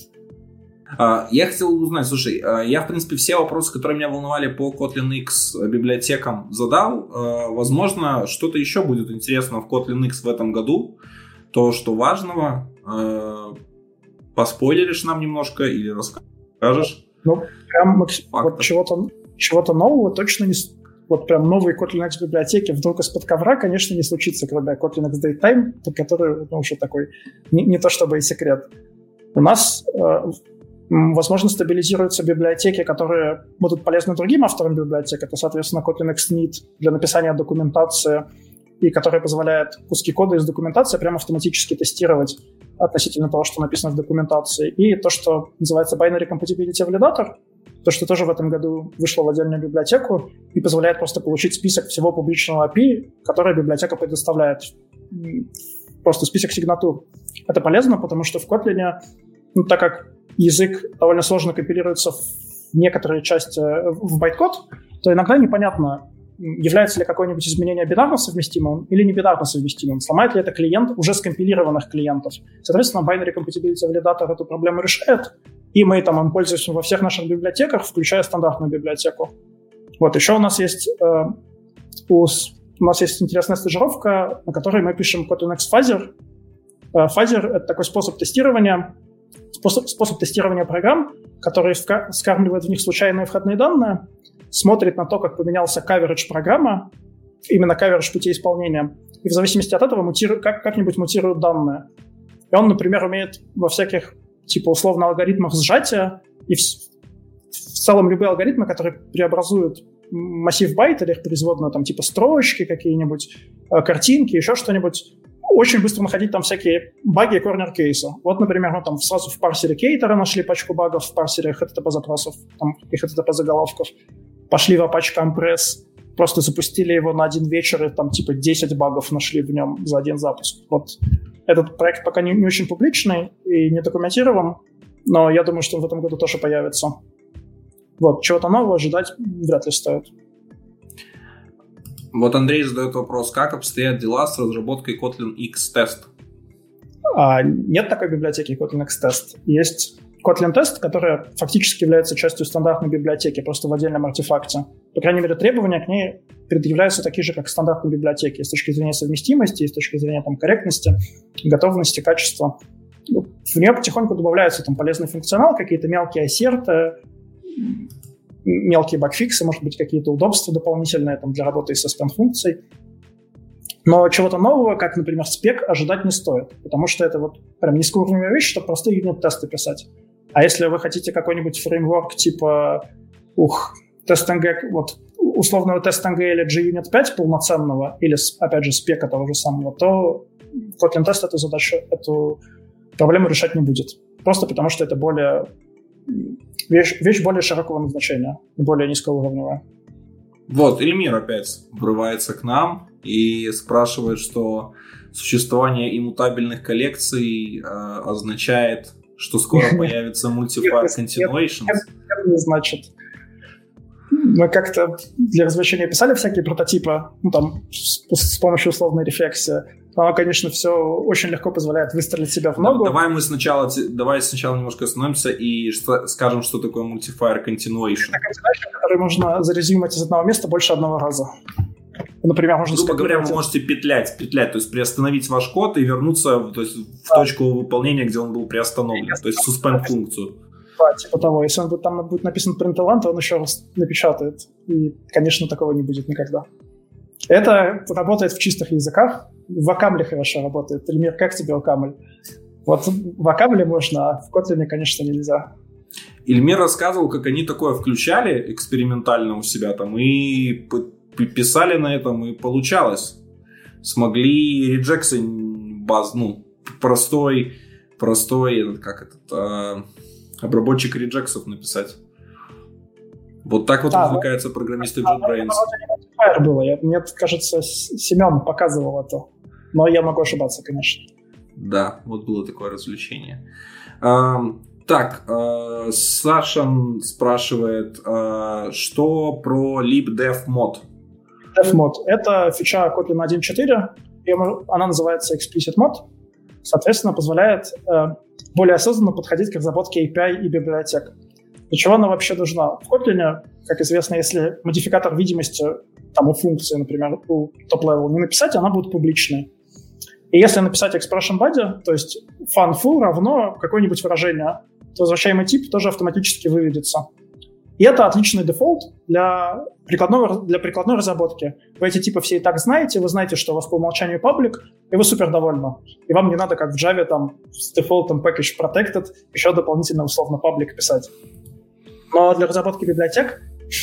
Я хотел узнать, слушай, я, в принципе, все вопросы, которые меня волновали по Kotlin X библиотекам, задал. Возможно, что-то еще будет интересного в Kotlin X в этом году. То, что важного. Поспойлеришь нам немножко или расскажешь? Ну, прям вот чего-то нового точно не... Вот прям новые Kotlin X библиотеки вдруг из-под ковра, конечно, не случится, кроме Kotlin X Datetime, который уже такой не то чтобы и секрет. У нас... возможно, стабилизируются библиотеки, которые будут полезны другим авторам библиотек. Это, соответственно, Kotlin X Neat для написания документации, и которая позволяет куски кода из документации прямо автоматически тестировать относительно того, что написано в документации. И то, что называется Binary Compatibility Validator, то, что тоже в этом году вышло в отдельную библиотеку и позволяет просто получить список всего публичного API, которое библиотека предоставляет. Просто список сигнатур. Это полезно, потому что в Kotlin, так как язык довольно сложно компилируется в некоторые части в байткод, то иногда непонятно, является ли какое-нибудь изменение бинарно совместимым или не бинарно совместимым. Сломает ли это клиент уже скомпилированных клиентов. Соответственно, Binary Compatibility Validator эту проблему решает, и мы там им пользуемся во всех наших библиотеках, включая стандартную библиотеку. Вот, еще у нас есть интересная стажировка, на которой мы пишем Kotlin X Fuzzer. Fuzzer — это такой способ тестирования программ, который скармливает в них случайные входные данные, смотрит на то, как поменялся coverage программы, именно coverage путей исполнения, и в зависимости от этого как-нибудь мутируют данные. И он, например, умеет во всяких, типа, условно, алгоритмах сжатия, и в целом любые алгоритмы, которые преобразуют массив байт или их производную, там типа строчки какие-нибудь, картинки, еще что-нибудь, очень быстро находить там всякие баги и корнер-кейсы. Вот, например, мы там сразу в парсере Кейтера нашли пачку багов, в парсере HTTP-запросов и HTTP-заголовков, пошли в Apache Compress, просто запустили его на один вечер, и там типа 10 багов нашли в нем за один запуск. Вот этот проект пока не очень публичный и не документирован, но я думаю, что в этом году тоже появится. Вот, чего-то нового ожидать вряд ли стоит. Вот Андрей задает вопрос, как обстоят дела с разработкой Kotlin X-Test? Нет такой библиотеки Kotlin X-Test. Есть Kotlin Test, которая фактически является частью стандартной библиотеки, просто в отдельном артефакте. По крайней мере, требования к ней предъявляются такие же, как к стандартной библиотеке, с точки зрения совместимости, с точки зрения там, корректности, готовности, качества. В нее потихоньку добавляется там, полезный функционал, какие-то мелкие ассерты, мелкие багфиксы, может быть, какие-то удобства дополнительные там, для работы с suspend-функцией. Но чего-то нового, как, например, спек, ожидать не стоит, потому что это вот прям низкоуровневая вещь, чтобы простые юнит-тесты писать. А если вы хотите какой-нибудь фреймворк типа TestNG, вот условного TestNG или JUnit 5 полноценного, или, опять же, спека того же самого, то Kotlin Test эту проблему решать не будет. Просто потому что это вещь более широкого назначения, более низкоуровневая. Вот, Эльмир опять врывается к нам и спрашивает, что существование иммутабельных коллекций означает, что скоро появится Multi-File Continuations. Это не значит. Мы как-то для развлечения писали всякие прототипы, там, с помощью условной рефлексии. Оно, конечно, все очень легко позволяет выстрелить себя в ногу. Давай сначала немножко остановимся и скажем, что такое Multi-File Continuation. Это continuation, который можно зарезюмить из одного места больше одного раза. Например, можно грубо говоря, вы можете петлять, то есть приостановить ваш код и вернуться в точку выполнения, где он был приостановлен, то есть suspend-функцию. Да, типа того. Если там будет написан println, то он еще раз напечатает. И, конечно, такого не будет никогда. Это работает в чистых языках. В Вакамле хорошо работает. Эльмир, как тебе Вакамль? Вот в Вакамле можно, а в Kotlin, конечно, нельзя. Эльмир рассказывал, как они такое включали экспериментально у себя там и писали на этом, и получалось. Смогли реджексы простой обработчик реджексов написать. Вот так вот развлекаются программисты JetBrains. Было. Мне кажется, Семен показывал это. Но я могу ошибаться, конечно. Да, вот было такое развлечение. Саша спрашивает, что про libdevmod? DevMod — это фича Kotlin 1.4, она называется Explicit Mod, соответственно, позволяет более осознанно подходить к разработке API и библиотек. Для чего она вообще нужна? В Kotlin, как известно, если модификатор видимости там, у функции, например, у top-level не написать, она будет публичной. И если написать expression body, то есть fun-foo равно какое-нибудь выражение, то возвращаемый тип тоже автоматически выведется. И это отличный дефолт для прикладной разработки. Вы эти типы все и так знаете, вы знаете, что у вас по умолчанию паблик, и вы супер довольны. И вам не надо, как в Java, там, с дефолтом package protected, еще дополнительно условно паблик писать. Но для разработки библиотек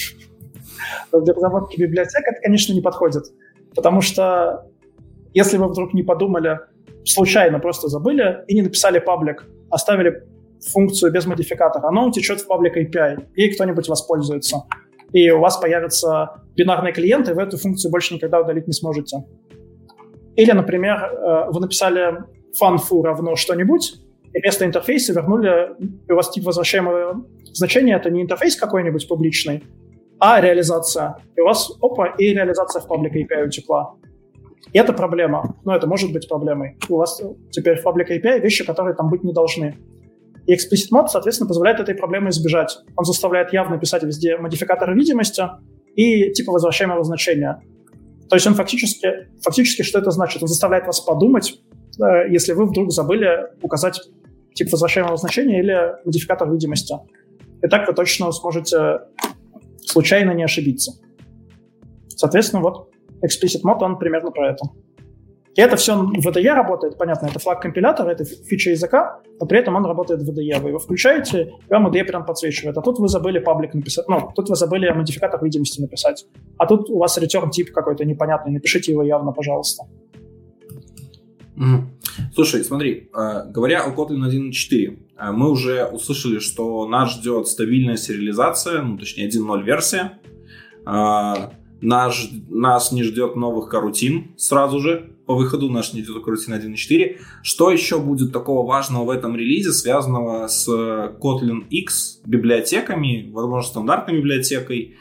это, конечно, не подходит. Потому что если вы вдруг не подумали, случайно просто забыли и не написали паблик, оставили функцию без модификатора, она утечет в паблик API, и кто-нибудь воспользуется. И у вас появятся бинарные клиенты, и вы эту функцию больше никогда удалить не сможете. Или, например, вы написали fun-foo равно что-нибудь, и вместо интерфейса вернули, и у вас тип возвращаемого значения — это не интерфейс какой-нибудь публичный, а реализация. И у вас, и реализация в паблик API утекла. И это проблема. Это может быть проблемой. У вас теперь в паблик API вещи, которые там быть не должны. И Explicit Mod, соответственно, позволяет этой проблемы избежать. Он заставляет явно писать везде модификаторы видимости и типа возвращаемого значения. То есть он фактически что это значит? Он заставляет вас подумать, если вы вдруг забыли указать тип возвращаемого значения или модификатор видимости. И так вы точно сможете случайно не ошибиться. Соответственно, вот Explicit Mod, он примерно про это. И это все в VDE работает, понятно, это флаг компилятора, это фича языка, но при этом он работает в VDE. Вы его включаете, и вам VDE прям подсвечивает. А тут вы забыли паблик написать, тут вы забыли модификатор видимости написать. А тут у вас return тип какой-то непонятный, напишите его явно, пожалуйста. Слушай, смотри, говоря о Kotlin 1.4, мы уже услышали, что нас ждет стабильная сериализация, точнее 1.0 версия. Нас не ждет новых карутин сразу же по выходу, нас не ждет карутин 1.4. Что еще будет такого важного в этом релизе, связанного с Kotlin X библиотеками, возможно, стандартной библиотекой,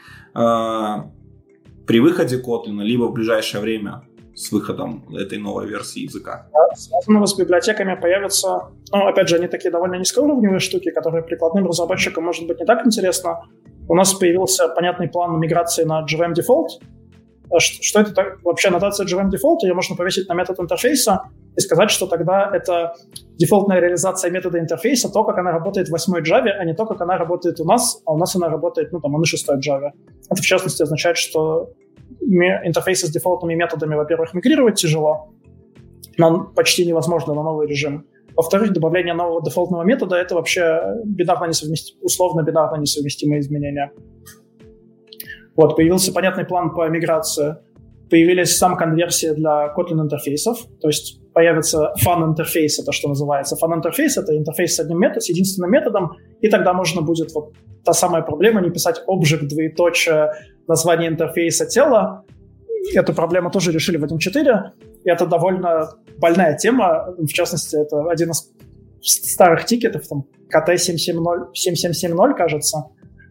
при выходе Kotlin, либо в ближайшее время с выходом этой новой версии языка? Связанного с библиотеками появятся, опять же, они такие довольно низкоуровневые штуки, которые прикладным разработчикам, может быть, не так интересно. У нас появился понятный план миграции на JVM Default. Что это так? Вообще нотация JVM Default, ее можно повесить на метод интерфейса и сказать, что тогда это дефолтная реализация метода интерфейса, то, как она работает в 8 Java, а не то, как она работает у нас, а у нас она работает, на 6 Java. Это, в частности, означает, что интерфейсы с дефолтными методами, во-первых, мигрировать тяжело, но почти невозможно на новый режим. Во-вторых, добавление нового дефолтного метода — это вообще условно бинарно несовместимые изменения. Появился понятный план по миграции. Появились сам конверсии для Kotlin интерфейсов, то есть появится фан-интерфейс, это что называется. Фан-интерфейс — это интерфейс с одним методом, с единственным методом, и тогда можно будет та самая проблема не писать object, двоеточие, название интерфейса тела. Эту проблему тоже решили в 1.4, и это довольно больная тема. В частности, это один из старых тикетов, KT7770, кажется.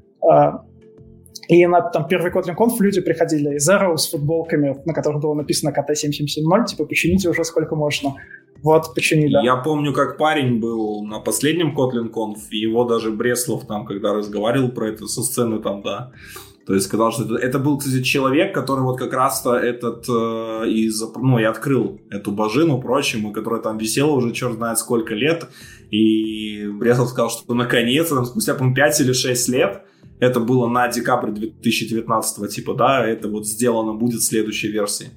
И на первый Kotlin Conf люди приходили из Arrow с футболками, на которых было написано KT7770, почините уже сколько можно. Починили. Я помню, как парень был на последнем Kotlin Conf, и его даже Бреслов когда разговаривал про это со сцены да. То есть сказал, что это был, кстати, человек, который как раз-то и открыл эту божину, прочим, которая там висела уже черт знает сколько лет. И Бреслов сказал, что наконец-то, спустя, по-моему, 5 или 6 лет, это было на декабрь 2019-го, это сделано будет в следующей версии.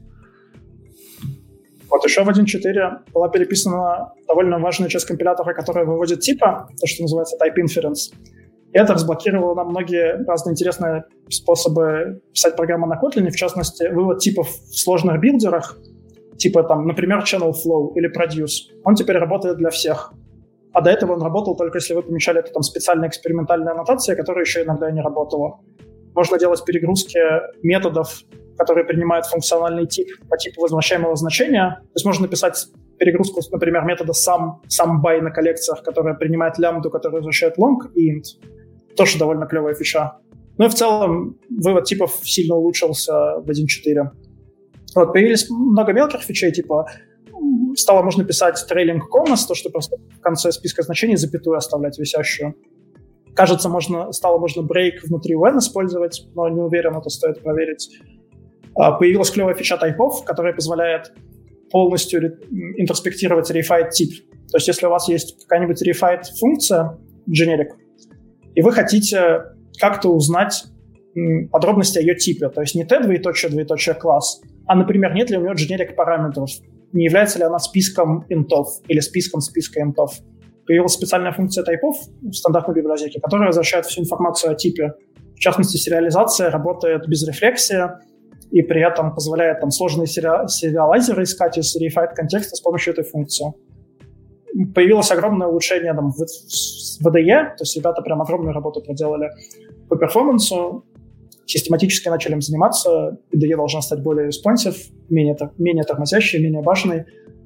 Еще в 1.4 была переписана довольно важная часть компилятора, которая выводит типа, то, что называется type inference. И это разблокировало нам многие разные интересные способы писать программы на Kotlin, в частности, вывод типов в сложных билдерах, например, channel flow или produce. Он теперь работает для всех. А до этого он работал только если вы помещали это специальная экспериментальная аннотация, которая еще иногда не работала. Можно делать перегрузки методов, которые принимают функциональный тип по типу возвращаемого значения. То есть можно написать перегрузку, например, метода sum_by на коллекциях, которая принимает лямбду, которая возвращает long и int. Тоже довольно клевая фича. И в целом вывод типов сильно улучшился в 1.4. Появились много мелких фичей, стало можно писать trailing commas, то, что просто в конце списка значений запятую оставлять висящую. Кажется, стало можно break внутри when использовать, но не уверен, это стоит проверить. Появилась клевая фича тайпов, которая позволяет полностью интроспектировать reified тип. То есть, если у вас есть какая-нибудь reified функция, generic, и вы хотите как-то узнать подробности о ее типе, то есть не t двоеточие класс, а, например, нет ли у нее generic параметров, не является ли она списком интов или списком списка интов. Появилась специальная функция тайпов в стандартной библиотеке, которая возвращает всю информацию о типе. В частности, сериализация работает без рефлексии и при этом позволяет сложные сериалайзеры искать из reified контекста с помощью этой функции. Появилось огромное улучшение в VDE, то есть ребята прям огромную работу проделали по перформансу, систематически начали им заниматься, VDE должна стать более responsive, менее тормозящей, менее важной.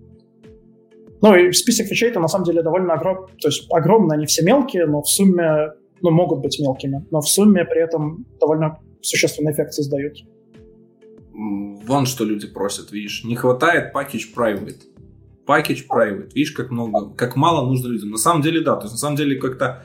И список фичей-то на самом деле довольно огромный, они все мелкие, но в сумме, могут быть мелкими, но в сумме при этом довольно существенный эффект создают. Вон что люди просят, видишь, не хватает package private. Package private, видишь, как мало нужно людям. На самом деле, да, то есть на самом деле как-то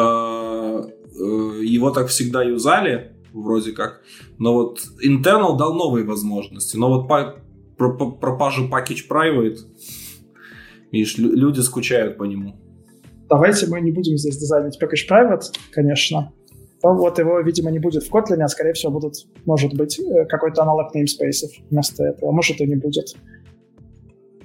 его так всегда юзали, вроде как, но internal дал новые возможности, но пропажа package private, видишь, люди скучают по нему. Давайте мы не будем здесь дизайнить package private, конечно. Но его, видимо, не будет в Kotlin, а скорее всего может быть какой-то аналог namespace вместо этого, а может и не будет.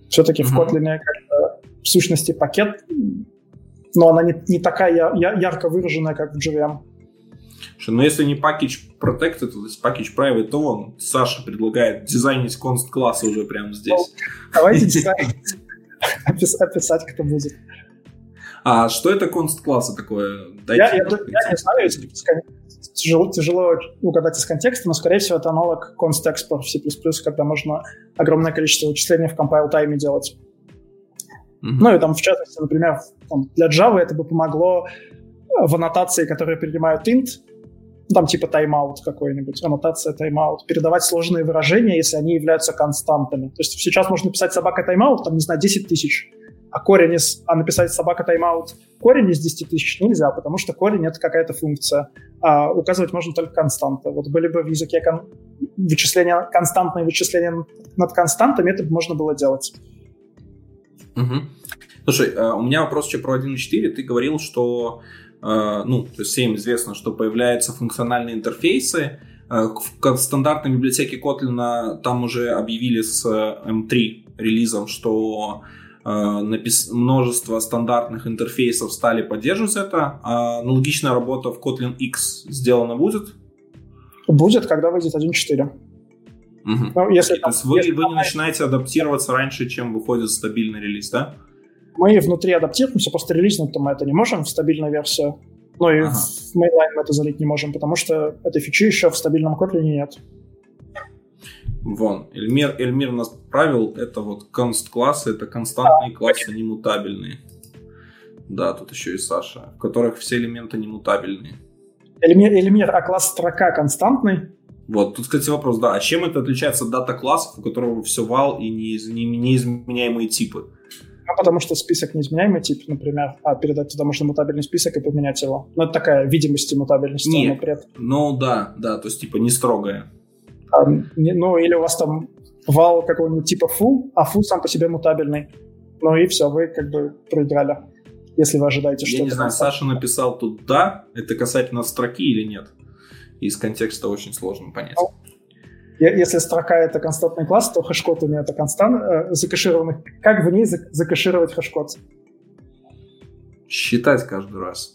Все-таки в Kotlin в сущности пакет, но она не такая ярко выраженная, как в JVM. Но если не package protected, то есть package private, то вон Саша предлагает дизайнить const классы уже прямо здесь. Давайте дизайнить, описать, как это будет. А что это const классы такое? Я не знаю, тяжело угадать из контекста, но, скорее всего, это аналог const export в C++, когда можно огромное количество вычислений в compile time делать. Ну и там, в частности, например, для Java это бы помогло в аннотации, которые принимают int, там типа timeout какой-нибудь, аннотация timeout, передавать сложные выражения, если они являются константами. То есть сейчас можно написать собака timeout, там, не знаю, 10 тысяч, а написать собака timeout корень из 10 тысяч нельзя, потому что корень — это какая-то функция, а указывать можно только константы. Вот были бы в языке константные вычисления над константами, это бы можно было делать. Слушай, у меня вопрос еще про 1.4. Ты говорил, что то есть всем известно, что появляются функциональные интерфейсы. В стандартной библиотеке Kotlin там уже объявили с M3 релизом, что множество стандартных интерфейсов стали поддерживать это. Аналогичная работа в Kotlin X сделана будет? Будет, когда выйдет 1.4. Ну, то есть вы не начинаете адаптироваться раньше, чем выходит стабильный релиз, да? Мы внутри адаптируемся, просто релизнуть-то мы это не можем в стабильную версию. Но и в mainline мы это залить не можем, потому что этой фичи еще в стабильном Kotlin нет. Вон, Эльмир нас правил, это вот const-классы, это константные классы, немутабельные. Да, тут еще и Саша, в которых все элементы немутабельные. Эльмир, а класс строка константный? Вот, тут, кстати, вопрос, да, а чем это отличается от дата-классов, у которого все вал и неизменяемые типы? Потому что список неизменяемый тип, например, а передать туда можно мутабельный список и поменять его. Ну, это такая видимость мутабельности. Нет, да, то есть типа не строгая. Или у вас там вал какого-нибудь типа foo, а foo сам по себе мутабельный. Ну и все, вы как бы проиграли, если вы ожидаете что-то. Я не знаю, Саша написал тут «да», это касательно строки или нет. Из контекста очень сложно понять. Если строка — это константный класс, то хэшкод у нее — это закэшированный. Как в ней закэшировать хэшкод? Считать каждый раз.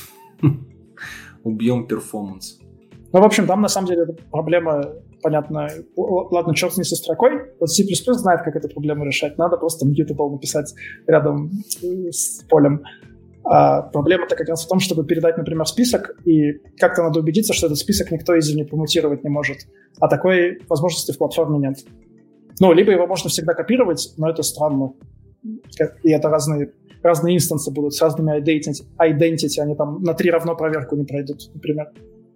Убьем перформанс. Ну, в общем, там на самом деле проблема понятно. Ладно, черт с ней со строкой. Вот C++ знает, как эту проблему решать. Надо просто mutable написать рядом с полем. А проблема-то как раз в том, чтобы передать, например, список, и как-то надо убедиться, что этот список никто извне помутировать не может. А такой возможности в платформе нет. Ну, либо его можно всегда копировать, но это странно. И это разные инстансы будут с разными identity. Они там на 3 равно проверку не пройдут, например.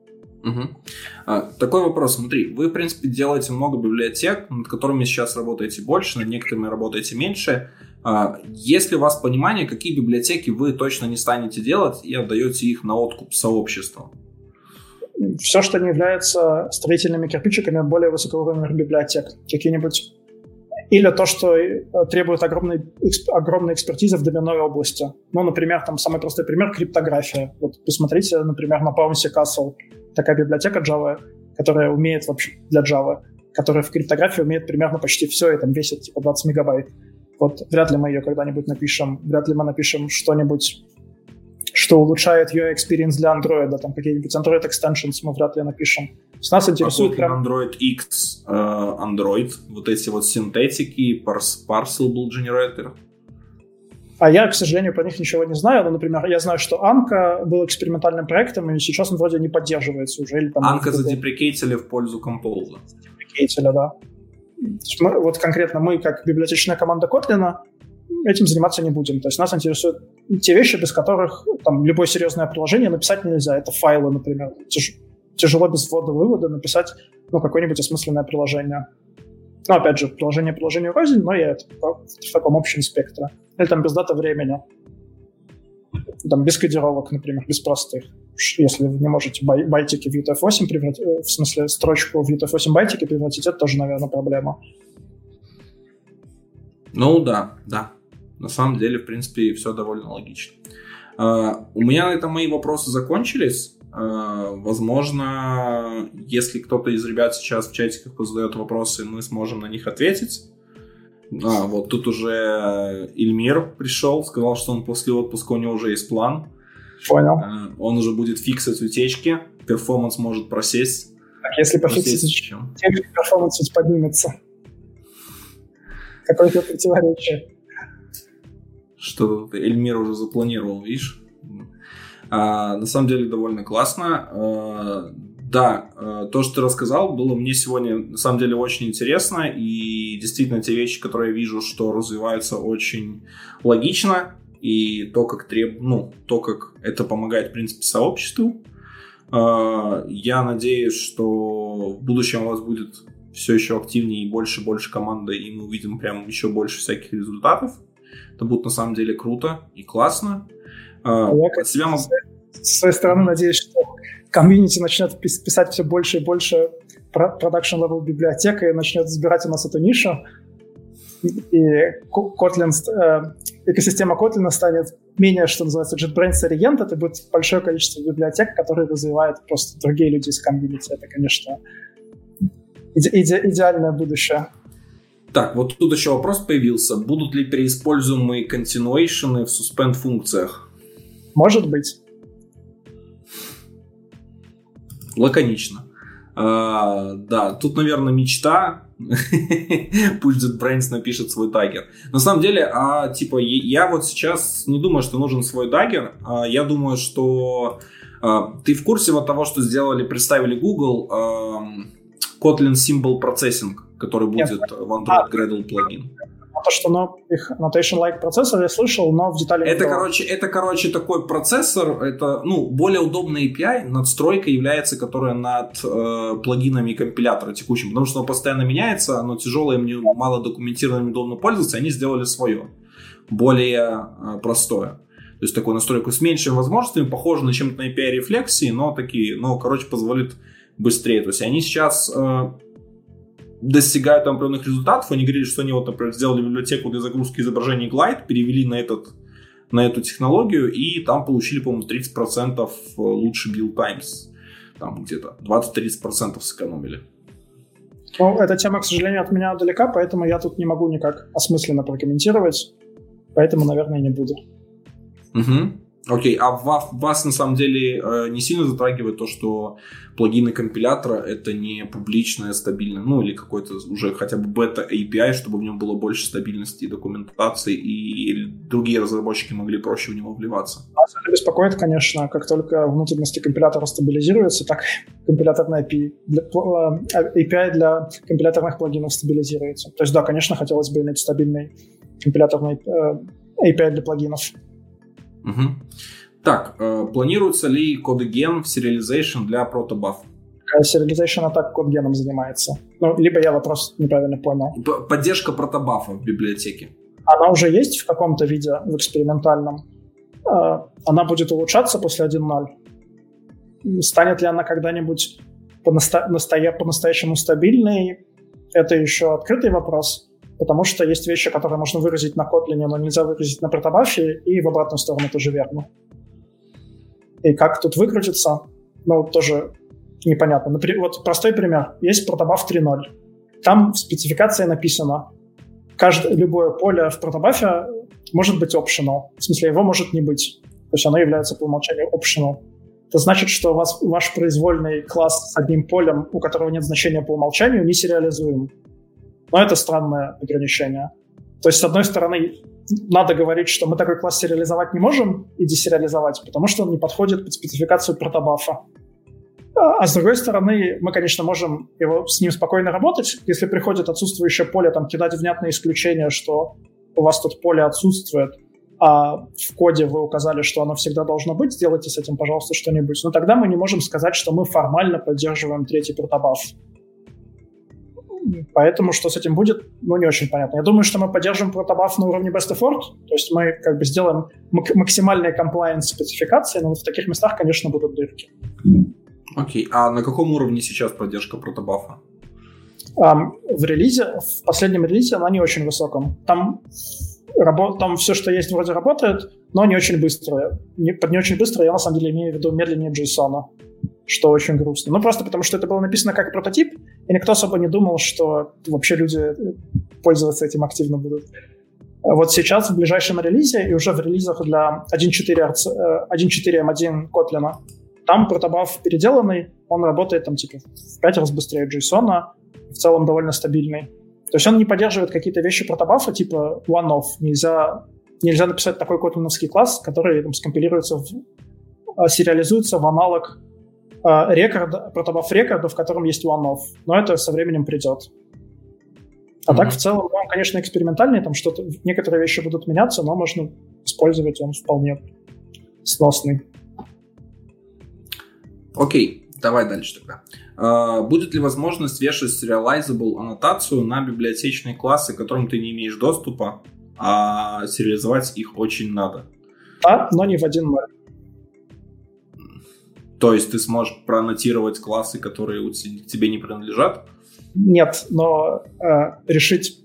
Такой вопрос, смотри, вы, в принципе, делаете много библиотек, над которыми сейчас работаете больше, над некоторыми работаете меньше. Есть ли у вас понимание, какие библиотеки вы точно не станете делать и отдаете их на откуп сообществу? Все, что не является строительными кирпичиками более высокоуровневых библиотек. Какие-нибудь... Или то, что требует огромной экспертизы в доменной области. Ну, например, там самый простой пример — криптография. Вот посмотрите, например, на Bouncy Castle. Такая библиотека Java, которая умеет вообще для Java, которая в криптографии умеет примерно почти все, и там весит типа 20 мегабайт. Вот вряд ли мы ее когда-нибудь напишем, вряд ли мы напишем что-нибудь, что улучшает UI experience для Android, там какие-нибудь Android extensions мы вряд ли напишем. С нас интересует прям... Android X, Android, вот эти вот синтетики, parsable generator. А я, к сожалению, про них ничего не знаю. Но, например, я знаю, что Анка был экспериментальным проектом, и сейчас он вроде не поддерживается уже. Или там Анка задеприкейтили в пользу Compose. Задеприкейтили, да. Вот конкретно мы, как библиотечная команда Kotlin, этим заниматься не будем. То есть нас интересуют те вещи, без которых там любое серьезное приложение написать нельзя. Это файлы, например. Тяжело без ввода-вывода написать какое-нибудь осмысленное приложение. Ну, опять же, приложение рознь, но и это в таком общем спектре. Или там без даты времени. Там без кодировок, например, без простых. Если вы не можете байтики в UTF-8 превратить, в смысле строчку в UTF-8 байтики превратить, это тоже, наверное, проблема. Ну да. На самом деле, в принципе, все довольно логично. У меня на этом мои вопросы закончились. Возможно, если кто-то из ребят сейчас в чатиках позадает вопросы, мы сможем на них ответить. Вот тут уже Ильмир пришел, сказал, что он после отпуска, у него уже есть план. Понял. Он уже будет фиксить утечки, перформанс может просесть. Так, если пофиксить утечки, перформанс ведь поднимется. Какое-то противоречие. Что Эльмир уже запланировал, видишь? На самом деле довольно классно. Да, то, что ты рассказал, было мне сегодня на самом деле очень интересно. И действительно те вещи, которые я вижу, что развиваются очень логично. И то, как это помогает, в принципе, сообществу. Я надеюсь, что в будущем у вас будет все еще активнее и больше команды, и мы увидим прям еще больше всяких результатов. Это будет на самом деле круто и классно. С своей стороны надеюсь, что комьюнити начнет писать все больше и больше продакшн-левел библиотек и начнет забирать у нас эту нишу. И Kotlin, экосистема Kotlin станет менее, что называется, JetBrains ориент. Это будет большое количество библиотек, которые развивают просто другие люди из комьюнити. Это, конечно, идеальное будущее. Так, вот тут еще вопрос появился. Будут ли переиспользуемые continuation в suspend функциях? Может быть. Лаконично. Да, тут, наверное, мечта. Пусть JetBrains напишет свой даггер. На самом деле, я вот сейчас не думаю, что нужен свой даггер. Я думаю, что ты в курсе вот того, что представили Google Kotlin Symbol Processing, который будет в Android Gradle плагин. То, что их Notation-like процессор я слышал, но в деталях... Это, короче, такой процессор, это, более удобный API, надстройка является, которая над плагинами компилятора текущим, потому что оно постоянно меняется, оно тяжелое, мне мало документированно, неудобно пользоваться, они сделали свое, более простое. То есть такую настройку с меньшими возможностями, похоже на чем-то на API рефлексии, но позволит быстрее. То есть они сейчас... достигают определенных результатов. Они говорили, что они, например, сделали библиотеку для загрузки изображений Glide, перевели на эту технологию, и там получили, по-моему, 30% лучше build times. Там где-то 20-30% сэкономили. Эта тема, к сожалению, от меня далека, поэтому я тут не могу никак осмысленно прокомментировать. Поэтому, наверное, не буду. Угу. Окей, а вас на самом деле не сильно затрагивает то, что плагины компилятора это не публичное, стабильное, или какой-то уже хотя бы бета-API, чтобы в нем было больше стабильности и документации, и другие разработчики могли проще в него вливаться? Нас это беспокоит, конечно, как только внутренности компилятора стабилизируются, так компиляторная API для компиляторных плагинов стабилизируется. То есть, да, конечно, хотелось бы иметь стабильный компиляторный API для плагинов. Угу. Так, планируется ли CodeGen в Serialization для протобаф? Serialization а так CodeGen занимается. Либо я вопрос неправильно понял. Поддержка протобафа в библиотеке. Она уже есть в каком-то виде, в экспериментальном. Она будет улучшаться после 1.0. Станет ли она когда-нибудь по-настоящему стабильной? Это еще открытый вопрос. Потому что есть вещи, которые можно выразить на Kotlin, но нельзя выразить на протобафе, и в обратную сторону тоже верно. И как тут выкрутиться, тоже непонятно. Например, вот простой пример. Есть протобаф 3.0. Там в спецификации написано, любое поле в протобафе может быть optional. В смысле, его может не быть. То есть оно является по умолчанию optional. Это значит, что ваш произвольный класс с одним полем, у которого нет значения по умолчанию, не сериализуем. Но это странное ограничение. То есть, с одной стороны, надо говорить, что мы такой класс сериализовать не можем и десериализовать, потому что он не подходит под спецификацию протобафа. А с другой стороны, мы, конечно, можем с ним спокойно работать. Если приходит отсутствующее поле, кидать внятное исключение, что у вас тут поле отсутствует, а в коде вы указали, что оно всегда должно быть, сделайте с этим, пожалуйста, что-нибудь. Но тогда мы не можем сказать, что мы формально поддерживаем третий протобаф. Поэтому что с этим будет, не очень понятно. Я думаю, что мы поддержим протобаф на уровне best effort, то есть мы сделаем максимальный комплаенс спецификации, но в таких местах, конечно, будут дырки. Окей, а на каком уровне сейчас поддержка протобафа? В последнем релизе она не очень высоком. Там все, что есть, вроде работает, но не очень быстро. Под не очень быстро я на самом деле имею в виду медленнее JSON, что очень грустно. Просто потому, что это было написано как прототип, и никто особо не думал, что вообще люди пользоваться этим активно будут. Вот сейчас в ближайшем релизе и уже в релизах для 1.4.m1 Kotlin там протобаф переделанный, он работает там типа в 5 раз быстрее JSON, в целом довольно стабильный. То есть он не поддерживает какие-то вещи протобафа типа one-off. Нельзя написать такой котлиновский класс, который там скомпилируется, сериализуется в аналог протобаф рекорда, в котором есть one-off. Но это со временем придет. А так в целом, он, конечно, экспериментальный, там что-то, некоторые вещи будут меняться, но можно использовать, он вполне сносный. Окей, давай дальше тогда. Будет ли возможность вешать serializable аннотацию на библиотечные классы, к которым ты не имеешь доступа, а сериализовать их очень надо? Да, но не в 1.0. То есть ты сможешь проаннотировать классы, которые тебе не принадлежат? Нет, но решить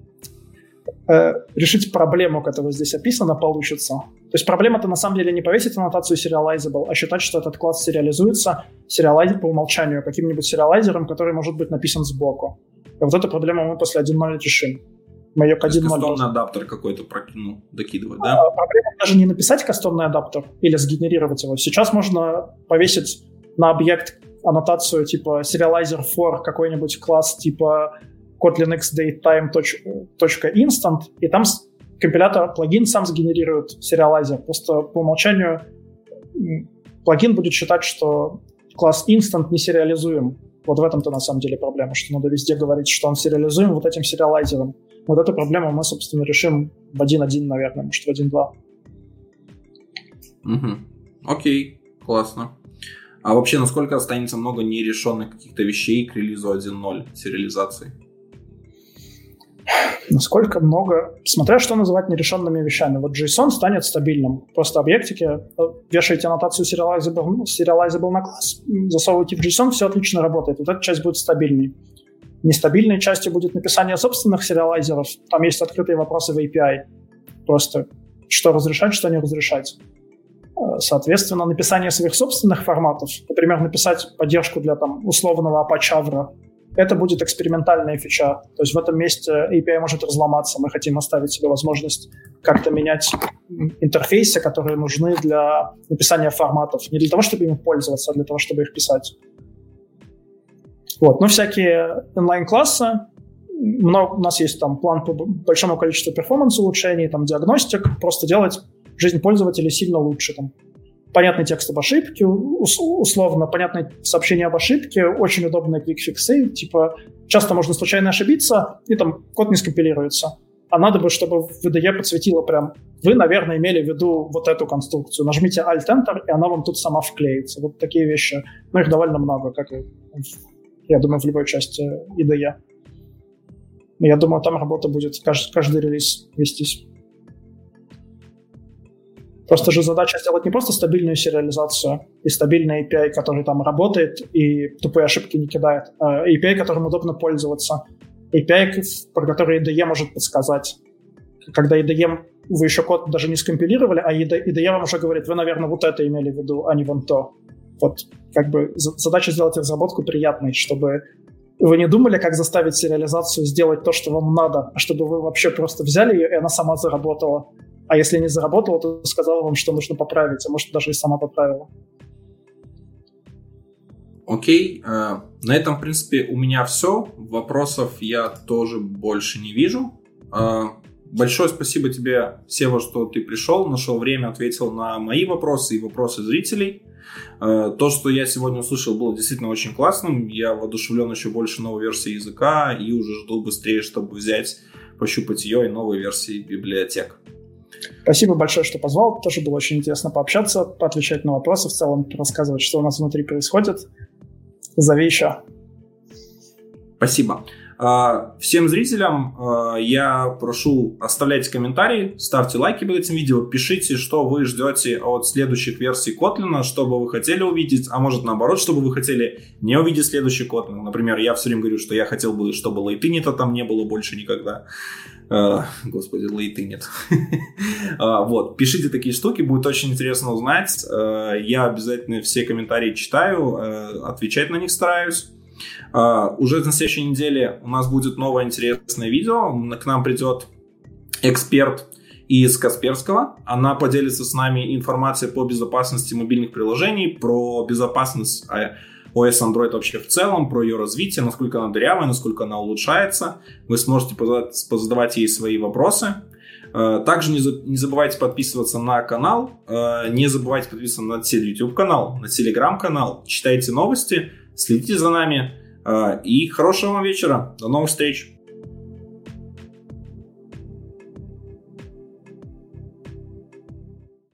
проблему, которая здесь описана, получится. То есть проблема-то на самом деле не повесить аннотацию serializable, а считать, что этот класс сериализуется по умолчанию каким-нибудь сериалайзером, который может быть написан сбоку. И вот эту проблему мы после 1.0 решим. Мы ее к 1.0... Кастомный адаптер какой-то докидывать, да? Проблема даже не написать кастомный адаптер или сгенерировать его. Сейчас можно повесить на объект аннотацию типа serializer for какой-нибудь класс типа Kotlin xDateTime.instant, и там компилятор, плагин сам сгенерирует сериалайзер. Просто по умолчанию плагин будет считать, что класс instant не сериализуем. Вот в этом-то на самом деле проблема, что надо везде говорить, что он сериализуем вот этим сериалайзером. Вот эту проблему мы, собственно, решим в 1.1, наверное, может, в 1.2. Окей, классно. А вообще, насколько останется много нерешенных каких-то вещей к релизу 1.0 сериализации? Насколько много? Смотря что называть нерешенными вещами. Вот JSON станет стабильным. Просто объектики, вешаете аннотацию serializable на класс, засовываете в JSON, все отлично работает. Вот эта часть будет стабильней. Нестабильной частью будет написание собственных сериалайзеров. Там есть открытые вопросы в API. Просто что разрешать, что не разрешать. Соответственно, написание своих собственных форматов, например, написать поддержку для там, условного Apache Avro, это будет экспериментальная фича. То есть в этом месте API может разломаться. Мы хотим оставить себе возможность как-то менять интерфейсы, которые нужны для написания форматов. Не для того, чтобы ими пользоваться, а для того, чтобы их писать. Вот. Но всякие inline-классы, у нас есть там план по большому количеству перформанс-улучшений, там диагностик, просто делать жизнь пользователя сильно лучше. Там, понятный текст об ошибке, условно, понятное сообщение об ошибке, очень удобные квик-фиксы, типа часто можно случайно ошибиться, и там код не скомпилируется. А надо бы, чтобы в IDE подсветило прям, вы, наверное, имели в виду вот эту конструкцию. Нажмите Alt-Enter, и она вам тут сама вклеится. Вот такие вещи. Но их довольно много, как и, я думаю, в любой части IDE. Я думаю, там работа будет каждый релиз вестись. Просто же задача сделать не просто стабильную сериализацию и стабильный API, который там работает и тупые ошибки не кидает, а API, которым удобно пользоваться. API, про который IDE может подсказать. Когда IDE вы еще код даже не скомпилировали, а IDE вам уже говорит, вы, наверное, вот это имели в виду, а не вон то. Вот как бы задача сделать разработку приятной, чтобы вы не думали, как заставить сериализацию сделать то, что вам надо, а чтобы вы вообще просто взяли ее, и она сама заработала. А если не заработала, то сказала вам, что нужно поправить, а может, даже и сама поправила. Окей. На этом, в принципе, у меня все. Вопросов я тоже больше не вижу. Большое спасибо тебе, Сева, что ты пришел, нашел время, ответил на мои вопросы и вопросы зрителей. То, что я сегодня услышал, было действительно очень классным. Я воодушевлен еще больше новой версии языка и уже жду быстрее, чтобы взять, пощупать ее и новые версии библиотек. Спасибо большое, что позвал. Тоже было очень интересно пообщаться, поотвечать на вопросы, в целом рассказывать, что у нас внутри происходит. Зови еще. Спасибо. Всем зрителям я прошу оставлять комментарии, ставьте лайки под этим видео, пишите, что вы ждете от следующих версий Kotlin, что бы вы хотели увидеть, а может наоборот, что бы вы хотели не увидеть следующий Kotlin. Например, я все время говорю, что я хотел бы, чтобы лейтинета там не было больше никогда. Господи, лейтинет. Вот, пишите такие штуки, будет очень интересно узнать. Я обязательно все комментарии читаю, отвечать на них стараюсь. Уже на следующей неделе у нас будет новое интересное видео. К нам придет эксперт из Касперского. Она поделится с нами информацией по безопасности мобильных приложений, про безопасность OS Android вообще в целом, про ее развитие, насколько она дырявая, насколько она улучшается. Вы сможете позадавать ей свои вопросы. Также не забывайте подписываться на канал, не забывайте подписываться на YouTube-канал, на Telegram-канал, читайте новости, следите за нами и хорошего вам вечера. До новых встреч!